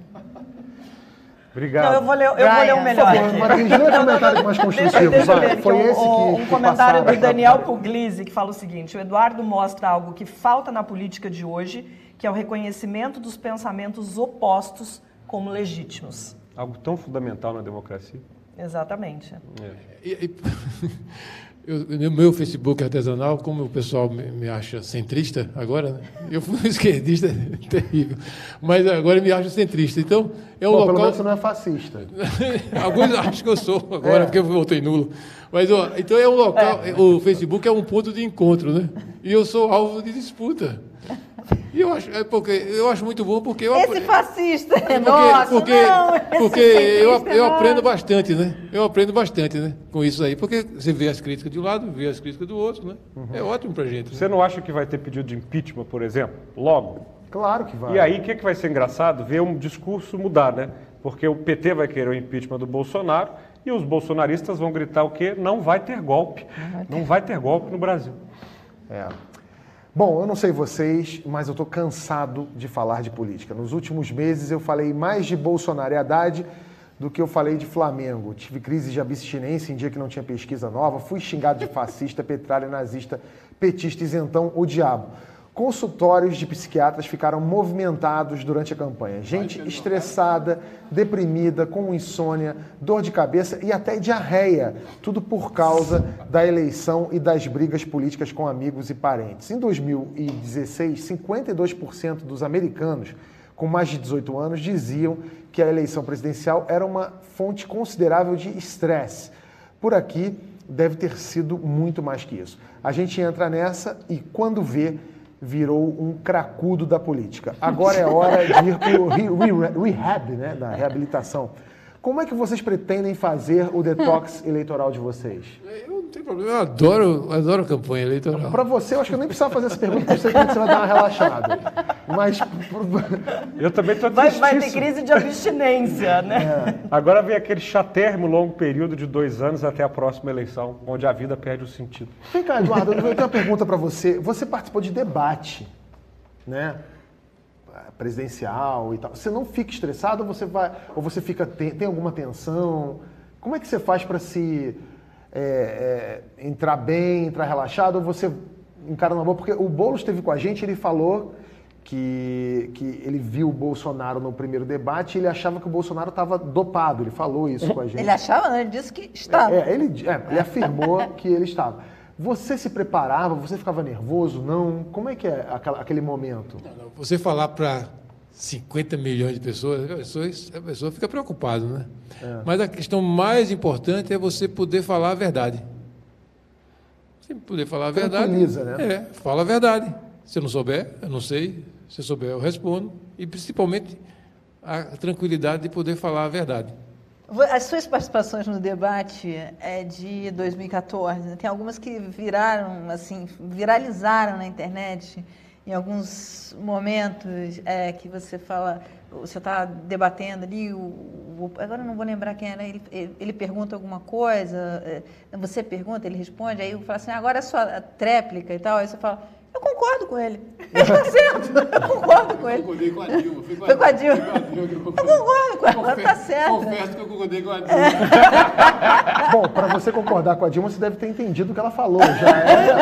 Speaker 6: Obrigado.
Speaker 5: Não, eu vou ler, eu vou ler o melhor.
Speaker 2: Por favor, Martins, lê comentários mais construtivos.
Speaker 5: Deixa, deixa eu
Speaker 2: Foi
Speaker 5: ler
Speaker 2: esse
Speaker 5: um,
Speaker 2: que,
Speaker 5: um
Speaker 2: que
Speaker 5: comentário
Speaker 2: passaram.
Speaker 5: do Daniel Puglisi, que fala o seguinte: o Eduardo mostra algo que falta na política de hoje, que é o reconhecimento dos pensamentos opostos como legítimos.
Speaker 6: Algo tão fundamental na democracia.
Speaker 5: Exatamente.
Speaker 4: É. E, e, eu, no meu Facebook artesanal, como o pessoal me, me acha centrista agora, né? Eu fui um esquerdista terrível, mas agora me acho centrista. Então, é um
Speaker 2: Bom,
Speaker 4: local...
Speaker 2: Pelo menos você não é fascista.
Speaker 4: Alguns acham que eu sou agora, é. porque eu voltei nulo. Mas, ó, então, é um local... É. O Facebook é um ponto de encontro, né? E eu sou alvo de disputa. E eu acho, é porque, eu acho muito bom porque... Eu
Speaker 3: Esse
Speaker 4: apre...
Speaker 3: fascista é
Speaker 4: porque,
Speaker 3: nosso,
Speaker 4: porque,
Speaker 3: não,
Speaker 4: porque eu, eu aprendo bastante, né? Eu aprendo bastante, né? Com isso aí, porque você vê as críticas de um lado, vê as críticas do outro, né? Uhum. É ótimo pra gente. Né?
Speaker 6: Você não acha que vai ter pedido de impeachment, por exemplo, logo?
Speaker 2: Claro que vai.
Speaker 6: E aí, o que, que vai ser engraçado? Ver um discurso mudar, né? Porque o P T vai querer o impeachment do Bolsonaro e os bolsonaristas vão gritar o quê? Não vai ter golpe. Não vai ter, não vai ter golpe no Brasil.
Speaker 2: É... Bom, eu não sei vocês, mas eu estou cansado de falar de política. Nos últimos meses eu falei mais de Bolsonaro e Haddad do que eu falei de Flamengo. Tive crise de abstinência em dia que não tinha pesquisa nova, fui xingado de fascista, petralha, nazista, petista, isentão, o diabo. Consultórios de psiquiatras ficaram movimentados durante a campanha. Gente estressada, deprimida, com insônia, dor de cabeça e até diarreia. Tudo por causa da eleição e das brigas políticas com amigos e parentes. Em dois mil e dezesseis, cinquenta e dois por cento dos americanos com mais de dezoito anos diziam que a eleição presidencial era uma fonte considerável de estresse. Por aqui, deve ter sido muito mais que isso. A gente entra nessa e, quando vê, virou um cracudo da política. Agora é hora de ir para o rehab, né, da reabilitação. Como é que vocês pretendem fazer o detox eleitoral de vocês?
Speaker 4: Eu não tenho problema, eu adoro, adoro campanha eleitoral.
Speaker 2: Para você, eu acho que eu nem precisava fazer essa pergunta, porque eu sei que você vai dar uma relaxada. Mas...
Speaker 6: Eu também estou
Speaker 5: vai, vai ter crise de abstinência, né?
Speaker 6: É. Agora vem aquele chatérrimo longo período de dois anos até a próxima eleição, onde a vida perde o sentido.
Speaker 2: Vem cá, Eduardo, eu tenho uma pergunta para você. Você participou de debate, né? Presidencial e tal. Você não fica estressado ou você vai, ou você fica tem, tem alguma tensão? Como é que você faz para se é, é, entrar bem, entrar relaxado, ou você encara na boa? Porque o Boulos esteve com a gente, ele falou que, que ele viu o Bolsonaro no primeiro debate e ele achava que o Bolsonaro estava dopado. Ele falou isso com a gente.
Speaker 3: Ele achava, não? Ele disse que estava.
Speaker 2: É, ele, é, ele afirmou que ele estava. Você se preparava? Você ficava nervoso? Não? Como é que é aquele momento?
Speaker 4: Não, não. Você falar para cinquenta milhões de pessoas, a pessoa, a pessoa fica preocupada, né? É. Mas a questão mais importante é você poder falar a verdade. Se poder falar a verdade...
Speaker 2: Tranquiliza, né?
Speaker 4: É, fala a verdade. Se eu não souber, eu não sei. Se eu souber, eu respondo. E, principalmente, a tranquilidade de poder falar a verdade.
Speaker 3: As suas participações no debate é de dois mil e quatorze, né? Tem algumas que viraram, assim, viralizaram na internet em alguns momentos é, que você fala, você está debatendo ali, o, o, agora eu não vou lembrar quem era, ele, ele, ele pergunta alguma coisa, é, você pergunta, ele responde, aí eu falo assim, agora é a sua tréplica e tal, aí você fala, eu concordo com ele. Ele está certo, eu concordo com ele. Eu
Speaker 4: concordei com a Dilma. Foi
Speaker 3: com a Dilma. Eu concordo com ela, está certo.
Speaker 4: Confesso que eu concordei com a Dilma.
Speaker 2: É. Bom, para você concordar com a Dilma, você deve ter entendido o que ela falou. Já é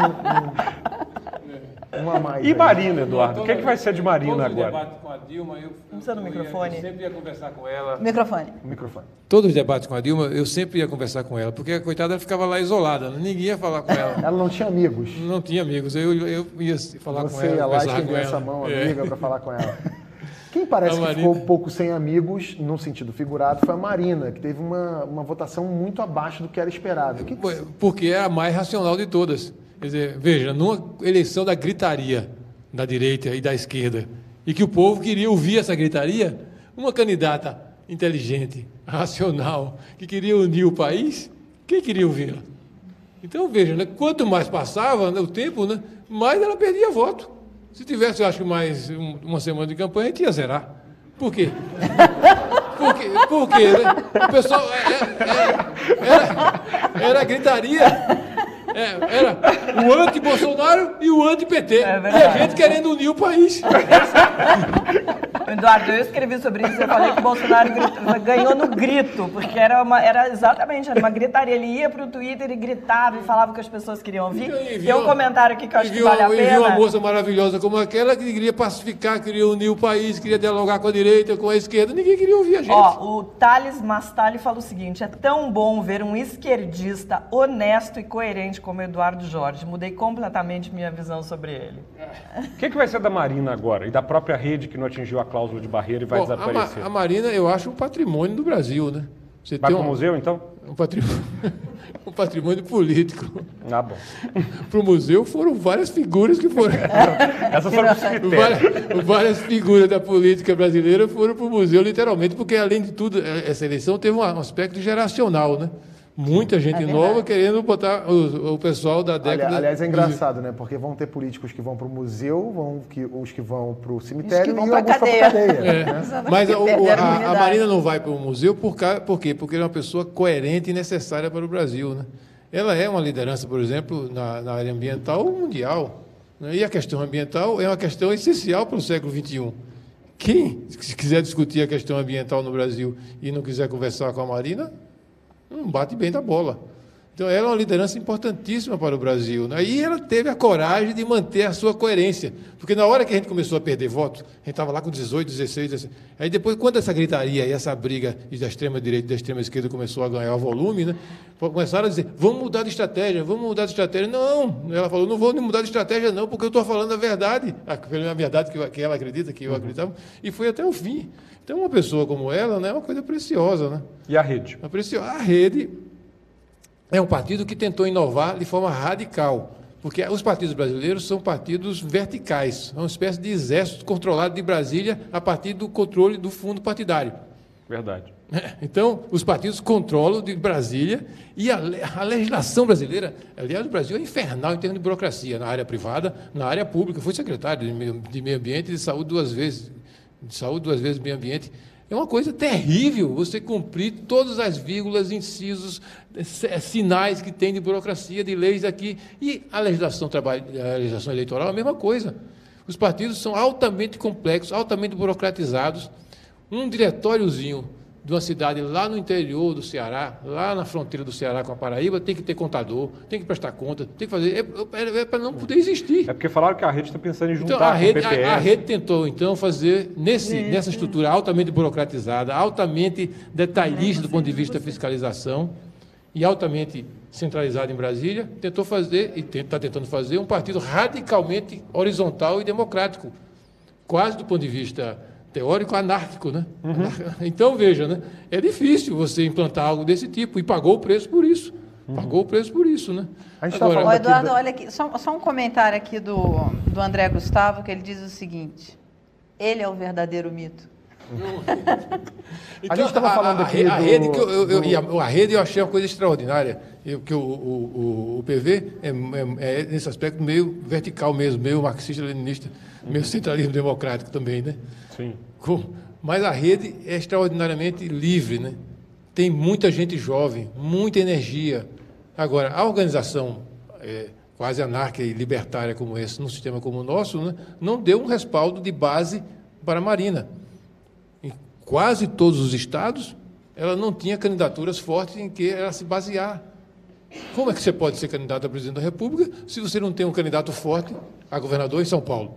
Speaker 2: um, um, uma a mais.
Speaker 6: E Marina, Eduardo? O que, é que vai ser de Marina
Speaker 4: Todos
Speaker 6: agora?
Speaker 4: Os debates com a Dilma, eu,
Speaker 5: Não precisa do microfone.
Speaker 4: Eu sempre ia conversar com ela.
Speaker 3: Microfone.
Speaker 2: Microfone.
Speaker 4: Todos os debates com a Dilma, eu sempre ia conversar com ela, porque a coitada ela ficava lá isolada, né? Ninguém ia falar com ela.
Speaker 2: Ela não tinha amigos.
Speaker 4: Não tinha amigos, eu, eu ia falar
Speaker 2: Você
Speaker 4: com ela.
Speaker 2: Você ia lá
Speaker 4: conversar
Speaker 2: estender
Speaker 4: com
Speaker 2: essa
Speaker 4: ela.
Speaker 2: mão
Speaker 4: É.
Speaker 2: amiga para falar com ela. Quem parece que ficou um pouco sem amigos, no sentido figurado, foi a Marina, que teve uma, uma votação muito abaixo do que era esperado. Que que...
Speaker 4: Porque é a mais racional de todas. Quer dizer, veja, numa eleição da gritaria da direita e da esquerda, e que o povo queria ouvir essa gritaria, uma candidata inteligente, racional, que queria unir o país, quem queria ouvi-la? Então, veja, né, quanto mais passava, né, o tempo, né, mais ela perdia voto. Se tivesse, eu acho que mais um, uma semana de campanha, a gente ia zerar. Por quê? Por quê? Por quê, né? O pessoal... É, é, era, era gritaria. É, era o anti-Bolsonaro e o anti-P T. É e a gente querendo unir o país.
Speaker 5: Eduardo, eu escrevi sobre isso, eu falei que o Bolsonaro gritou, ganhou no grito, porque era, uma, era exatamente era uma gritaria. Ele ia para o Twitter e gritava e falava o que as pessoas queriam ouvir. Então, tem um comentário aqui que eu acho que vale a pena.
Speaker 4: E viu uma moça maravilhosa como aquela que queria pacificar, queria unir o país, queria dialogar com a direita, com a esquerda. Ninguém queria ouvir a gente.
Speaker 5: Ó, o Thales Mastali fala o seguinte, é tão bom ver um esquerdista honesto e coerente como Eduardo Jorge. Mudei completamente minha visão sobre ele.
Speaker 6: O que, que vai ser da Marina agora? E da própria rede que não atingiu a cláusula de barreira e vai
Speaker 4: Bom,
Speaker 6: desaparecer?
Speaker 4: A, a Marina, eu acho um patrimônio do Brasil, né? Você
Speaker 6: vai
Speaker 4: tem
Speaker 6: para o
Speaker 4: um,
Speaker 6: museu, então?
Speaker 4: Um patrimônio, um patrimônio político.
Speaker 6: Ah, bom.
Speaker 4: Para o museu foram várias figuras que foram...
Speaker 6: Essas foram para o cemitério.
Speaker 4: Várias, várias figuras da política brasileira foram para o museu, literalmente, porque, além de tudo, essa eleição teve um aspecto geracional, né? Muita gente é nova querendo botar o, o pessoal da década...
Speaker 2: Aliás, é engraçado, né? Porque vão ter políticos que vão para o museu, vão que, os que vão para o cemitério
Speaker 3: vão
Speaker 2: e
Speaker 3: pra
Speaker 2: alguns para a cadeia.
Speaker 4: É.
Speaker 2: Né?
Speaker 4: Mas o, o, a, a Marina não vai para o museu por, por quê? Porque ela é uma pessoa coerente e necessária para o Brasil, né? Ela é uma liderança, por exemplo, na, na área ambiental mundial. Né? E a questão ambiental é uma questão essencial para o século vinte e um. Quem se quiser discutir a questão ambiental no Brasil e não quiser conversar com a Marina... não bate bem da bola. Então, ela é uma liderança importantíssima para o Brasil, né? E ela teve a coragem de manter a sua coerência. Porque na hora que a gente começou a perder votos, a gente estava lá com dezoito, dezesseis, dezessete. Aí depois, quando essa gritaria e essa briga da extrema-direita e da extrema-esquerda começou a ganhar volume, né? Começaram a dizer, vamos mudar de estratégia, vamos mudar de estratégia. Não, ela falou, não vou mudar de estratégia não, porque eu estou falando a verdade. A verdade que ela acredita, que eu acreditava. E foi até o fim. Então, uma pessoa como ela, né, é uma coisa preciosa, né?
Speaker 6: E a rede?
Speaker 4: A rede é um partido que tentou inovar de forma radical. Porque os partidos brasileiros são partidos verticais, são uma espécie de exército controlado de Brasília a partir do controle do fundo partidário.
Speaker 6: Verdade.
Speaker 4: Então, os partidos controlam de Brasília e a, a legislação brasileira, aliás, o Brasil é infernal em termos de burocracia, na área privada, na área pública. Fui secretário de meio, de meio ambiente e de saúde duas vezes, de saúde duas vezes meio ambiente. É uma coisa terrível você cumprir todas as vírgulas, incisos, sinais que tem de burocracia, de leis aqui. E a legislação, a legislação eleitoral é a mesma coisa. Os partidos são altamente complexos, altamente burocratizados. Um diretóriozinho de uma cidade lá no interior do Ceará, lá na fronteira do Ceará com a Paraíba, tem que ter contador, tem que prestar conta, tem que fazer... É, é, é para não poder existir.
Speaker 6: É porque falaram que a rede está pensando em juntar
Speaker 4: então, a rede,
Speaker 6: com o P P S.
Speaker 4: A, a rede tentou, então, fazer, nesse, nessa estrutura altamente burocratizada, altamente detalhista do ponto de vista da fiscalização e altamente centralizada em Brasília, tentou fazer, e está tentando fazer, um partido radicalmente horizontal e democrático, quase do ponto de vista teórico anárquico, né? Uhum. Então, veja, né? É difícil você implantar algo desse tipo, e pagou o preço por isso. Uhum. Pagou o preço por isso, né?
Speaker 3: A gente Agora, tá falando Eduardo, aqui... olha aqui, só, só um comentário aqui do, do André Gustavo, que ele diz o seguinte: ele é o verdadeiro mito.
Speaker 4: Então, a gente estava falando aqui a, a, do... rede que eu, eu, eu, do... a rede eu achei uma coisa extraordinária, eu, que o, o, o P V é, é, é, nesse aspecto, meio vertical mesmo, meio marxista-leninista, uhum. meio centralismo democrático também, né?
Speaker 6: Sim.
Speaker 4: Com, mas a rede é extraordinariamente livre, né? Tem muita gente jovem, muita energia. Agora, a organização é, quase anárquica e libertária como esse, num sistema como o nosso, né, não deu um respaldo de base para a Marina. Em quase todos os estados, ela não tinha candidaturas fortes em que ela se basear. Como é que você pode ser candidato a presidente da República se você não tem um candidato forte a governador em São Paulo?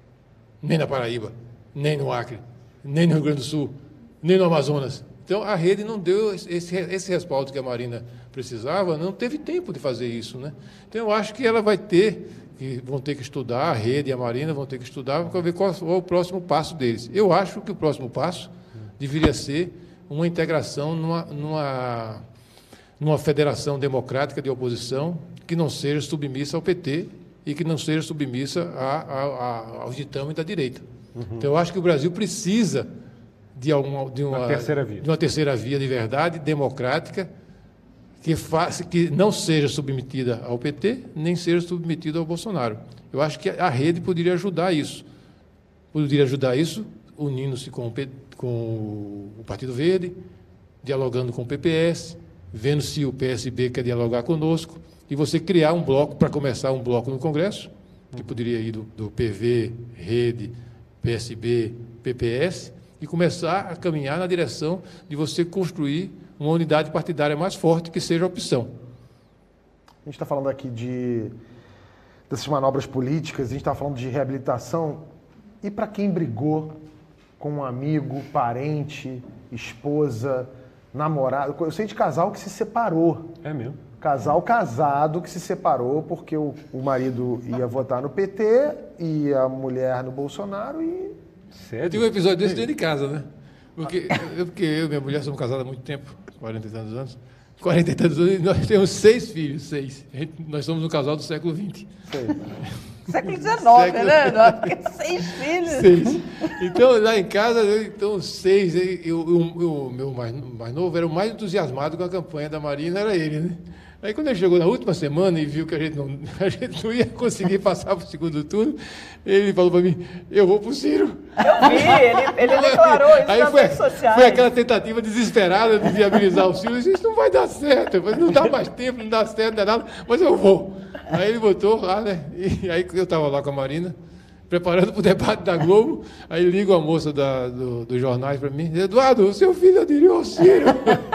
Speaker 4: Nem na Paraíba, nem no Acre, nem no Rio Grande do Sul, nem no Amazonas. Então, a rede não deu esse, esse respaldo que a Marina precisava, não teve tempo de fazer isso, né? Então, eu acho que ela vai ter, que vão ter que estudar, a rede e a Marina vão ter que estudar para ver qual é o próximo passo deles. Eu acho que o próximo passo deveria ser uma integração numa, numa, numa federação democrática de oposição que não seja submissa ao P T e que não seja submissa a, a, a, aos ditames da direita. Uhum. Então, eu acho que o Brasil precisa de, alguma, de, uma,
Speaker 6: terceira via.
Speaker 4: de uma terceira via de verdade, democrática, que, faça, que não seja submetida ao P T, nem seja submetida ao Bolsonaro. Eu acho que a rede poderia ajudar isso. Poderia ajudar isso unindo-se com, com o Partido Verde, dialogando com o P P S, vendo se o P S B quer dialogar conosco, e você criar um bloco, para começar um bloco no Congresso, que poderia ir do, do P V, Rede, P S B, P P S, e começar a caminhar na direção de você construir uma unidade partidária mais forte que seja a opção.
Speaker 2: A gente está falando aqui de, dessas manobras políticas, a gente está falando de reabilitação, e para quem brigou com um amigo, parente, esposa, namorado, eu sei de casal que se separou.
Speaker 6: É mesmo?
Speaker 2: Casal casado que se separou porque o, o marido ia votar no P T e a mulher no Bolsonaro e...
Speaker 4: Sério? Tem um episódio desse dentro de casa, né? Porque eu, porque eu e minha mulher somos casados há muito tempo, quarenta e tantos anos. quarenta e tantos anos, e nós temos seis filhos, seis. Gente, nós somos um casal do século vinte.
Speaker 3: Sei. Século dezenove, século... né? Porque seis filhos.
Speaker 4: Seis. Então, lá em casa, eu, então, seis. Eu, o meu mais, mais novo era o mais entusiasmado com a campanha da Marina, era ele, né? Aí, quando ele chegou na última semana e viu que a gente não, a gente não ia conseguir passar para o segundo turno, ele falou para mim, eu vou para o Ciro.
Speaker 5: Eu vi, ele, ele declarou isso
Speaker 4: aí
Speaker 5: nas
Speaker 4: foi,
Speaker 5: redes sociais.
Speaker 4: Foi aquela tentativa desesperada de viabilizar o Ciro. Eu disse, isso não vai dar certo, não dá mais tempo, não dá certo, não dá nada, mas eu vou. Aí ele botou lá, né? E aí eu estava lá com a Marina, preparando para o debate da Globo, aí ligo a moça da, do, dos jornais para mim, Eduardo, o seu filho aderiu ao Ciro.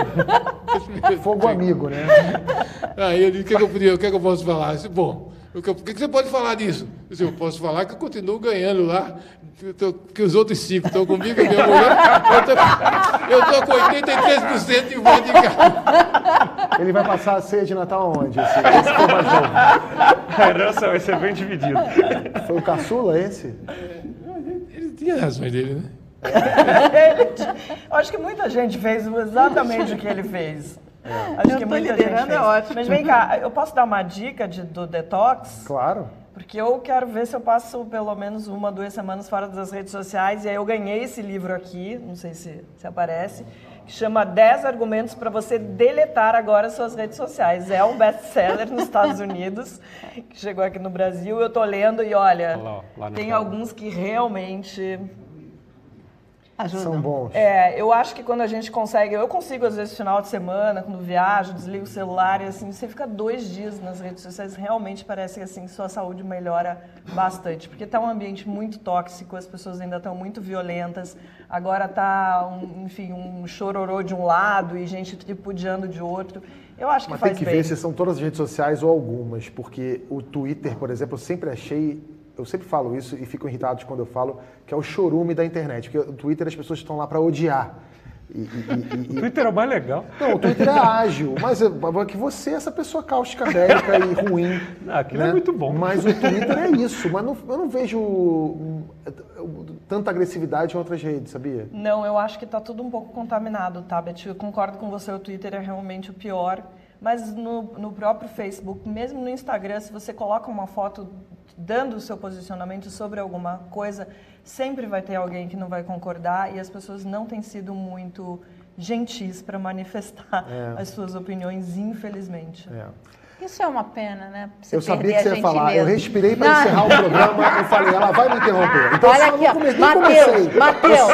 Speaker 2: Fogo amigo, né?
Speaker 4: Aí eu disse, o que, é que eu podia, o que, é que eu posso falar? Eu disse, bom, o que, o que você pode falar disso? Eu disse, eu posso falar que eu continuo ganhando lá, que, tô, que os outros cinco estão comigo, a minha mulher, eu estou com oitenta e três por cento de voto de casa.
Speaker 2: Ele vai passar a ceia de Natal aonde? Esse, esse foi mais novo.
Speaker 6: A herança vai ser bem dividida.
Speaker 2: Foi o caçula esse?
Speaker 4: É, ele tinha razões dele, né?
Speaker 5: Eu acho que muita gente fez exatamente o que ele fez. É. Acho
Speaker 3: eu
Speaker 5: que
Speaker 3: tô
Speaker 5: muita
Speaker 3: liderando,
Speaker 5: gente fez.
Speaker 3: é ótimo.
Speaker 5: Mas vem cá, eu posso dar uma dica de, do detox?
Speaker 2: Claro.
Speaker 5: Porque eu quero ver se eu passo pelo menos uma, duas semanas fora das redes sociais. E aí eu ganhei esse livro aqui, não sei se, se aparece, que chama dez argumentos para você deletar agora suas redes sociais. É um best-seller nos Estados Unidos, que chegou aqui no Brasil. Eu tô lendo e olha, lá, lá tem alguns que realmente...
Speaker 2: Ajudam. São bons.
Speaker 5: É, eu acho que quando a gente consegue, eu consigo às vezes final de semana, quando viajo, desligo o celular e assim, você fica dois dias nas redes sociais, realmente parece que assim, sua saúde melhora bastante, porque tá um ambiente muito tóxico, as pessoas ainda estão muito violentas, agora tá, um, enfim, um chororô de um lado e gente tripudiando de outro. Eu acho que
Speaker 2: Mas
Speaker 5: faz
Speaker 2: tem que
Speaker 5: bem.
Speaker 2: ver se são todas as redes sociais ou algumas, porque o Twitter, por exemplo, eu sempre achei... Eu sempre falo isso e fico irritado quando eu falo que é o chorume da internet, porque o Twitter as pessoas estão lá para odiar. E, e, e,
Speaker 6: o Twitter é o mais legal.
Speaker 2: Não, o Twitter é ágil, mas é que você é essa pessoa cáustica, bélica e ruim.
Speaker 6: Não, aquilo
Speaker 2: né?
Speaker 6: é muito bom.
Speaker 2: Mas o Twitter é isso, mas não, eu não vejo tanta agressividade em outras redes, sabia?
Speaker 5: Não, eu acho que está tudo um pouco contaminado, tá, Beth? Eu concordo com você, o Twitter é realmente o pior. Mas no, no próprio Facebook, mesmo no Instagram, se você coloca uma foto dando o seu posicionamento sobre alguma coisa, sempre vai ter alguém que não vai concordar e as pessoas não têm sido muito gentis para manifestar é. as suas opiniões, infelizmente.
Speaker 2: É.
Speaker 3: Isso é uma pena, né? Você
Speaker 2: eu sabia que você ia falar.
Speaker 3: Mesmo.
Speaker 2: Eu respirei para encerrar o programa. Eu falei, ela vai me interromper. Então,
Speaker 3: olha aqui, ó. Matheus, Matheus.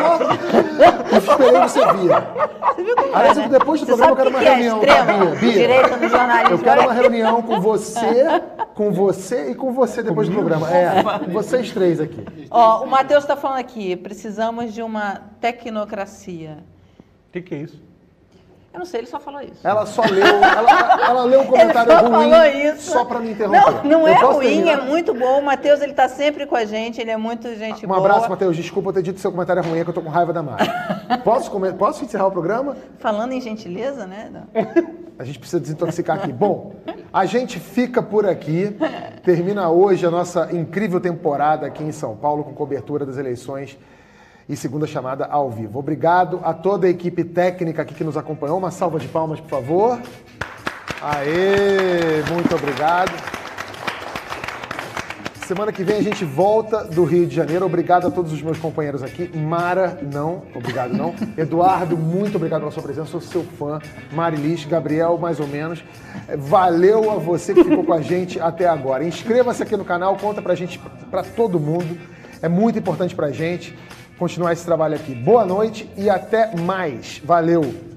Speaker 2: Eu esperei você vir. Você viu como Aliás, é, né? depois do você programa eu quero uma
Speaker 3: que
Speaker 2: reunião.
Speaker 3: É
Speaker 2: tá, Bia? Bia,
Speaker 3: direito no jornalismo.
Speaker 2: Eu quero uma reunião com você, com você e com você depois Comigo? do programa. É, vocês três aqui.
Speaker 3: Ó, o Matheus está falando aqui, precisamos de uma tecnocracia.
Speaker 6: O que, que é isso?
Speaker 3: Eu não sei, ele só falou isso.
Speaker 2: Ela só leu, ela, ela leu um comentário
Speaker 3: ele só
Speaker 2: ruim
Speaker 3: falou isso.
Speaker 2: só para me interromper.
Speaker 3: Não, não é ruim,
Speaker 2: terminar?
Speaker 3: é muito bom. O Matheus, ele tá sempre com a gente, ele é muito gente
Speaker 2: um
Speaker 3: boa.
Speaker 2: Um abraço, Matheus. Desculpa eu ter dito seu comentário ruim, é que eu tô com raiva da Mari. Posso, come... Posso encerrar o programa?
Speaker 3: Falando em gentileza, né?
Speaker 2: A gente precisa desintoxicar aqui. Bom, a gente fica por aqui. Termina hoje a nossa incrível temporada aqui em São Paulo com cobertura das eleições e segunda chamada ao vivo. Obrigado a toda a equipe técnica aqui que nos acompanhou. Uma salva de palmas, por favor. Aê, muito obrigado. Semana que vem a gente volta do Rio de Janeiro. Obrigado a todos os meus companheiros aqui. Mara, não, obrigado não. Eduardo, muito obrigado pela sua presença. Sou seu fã. Marilis, Gabriel, mais ou menos. Valeu a você que ficou com a gente até agora. Inscreva-se aqui no canal, conta pra gente, pra todo mundo. É muito importante pra gente continuar esse trabalho aqui. Boa noite e até mais. Valeu!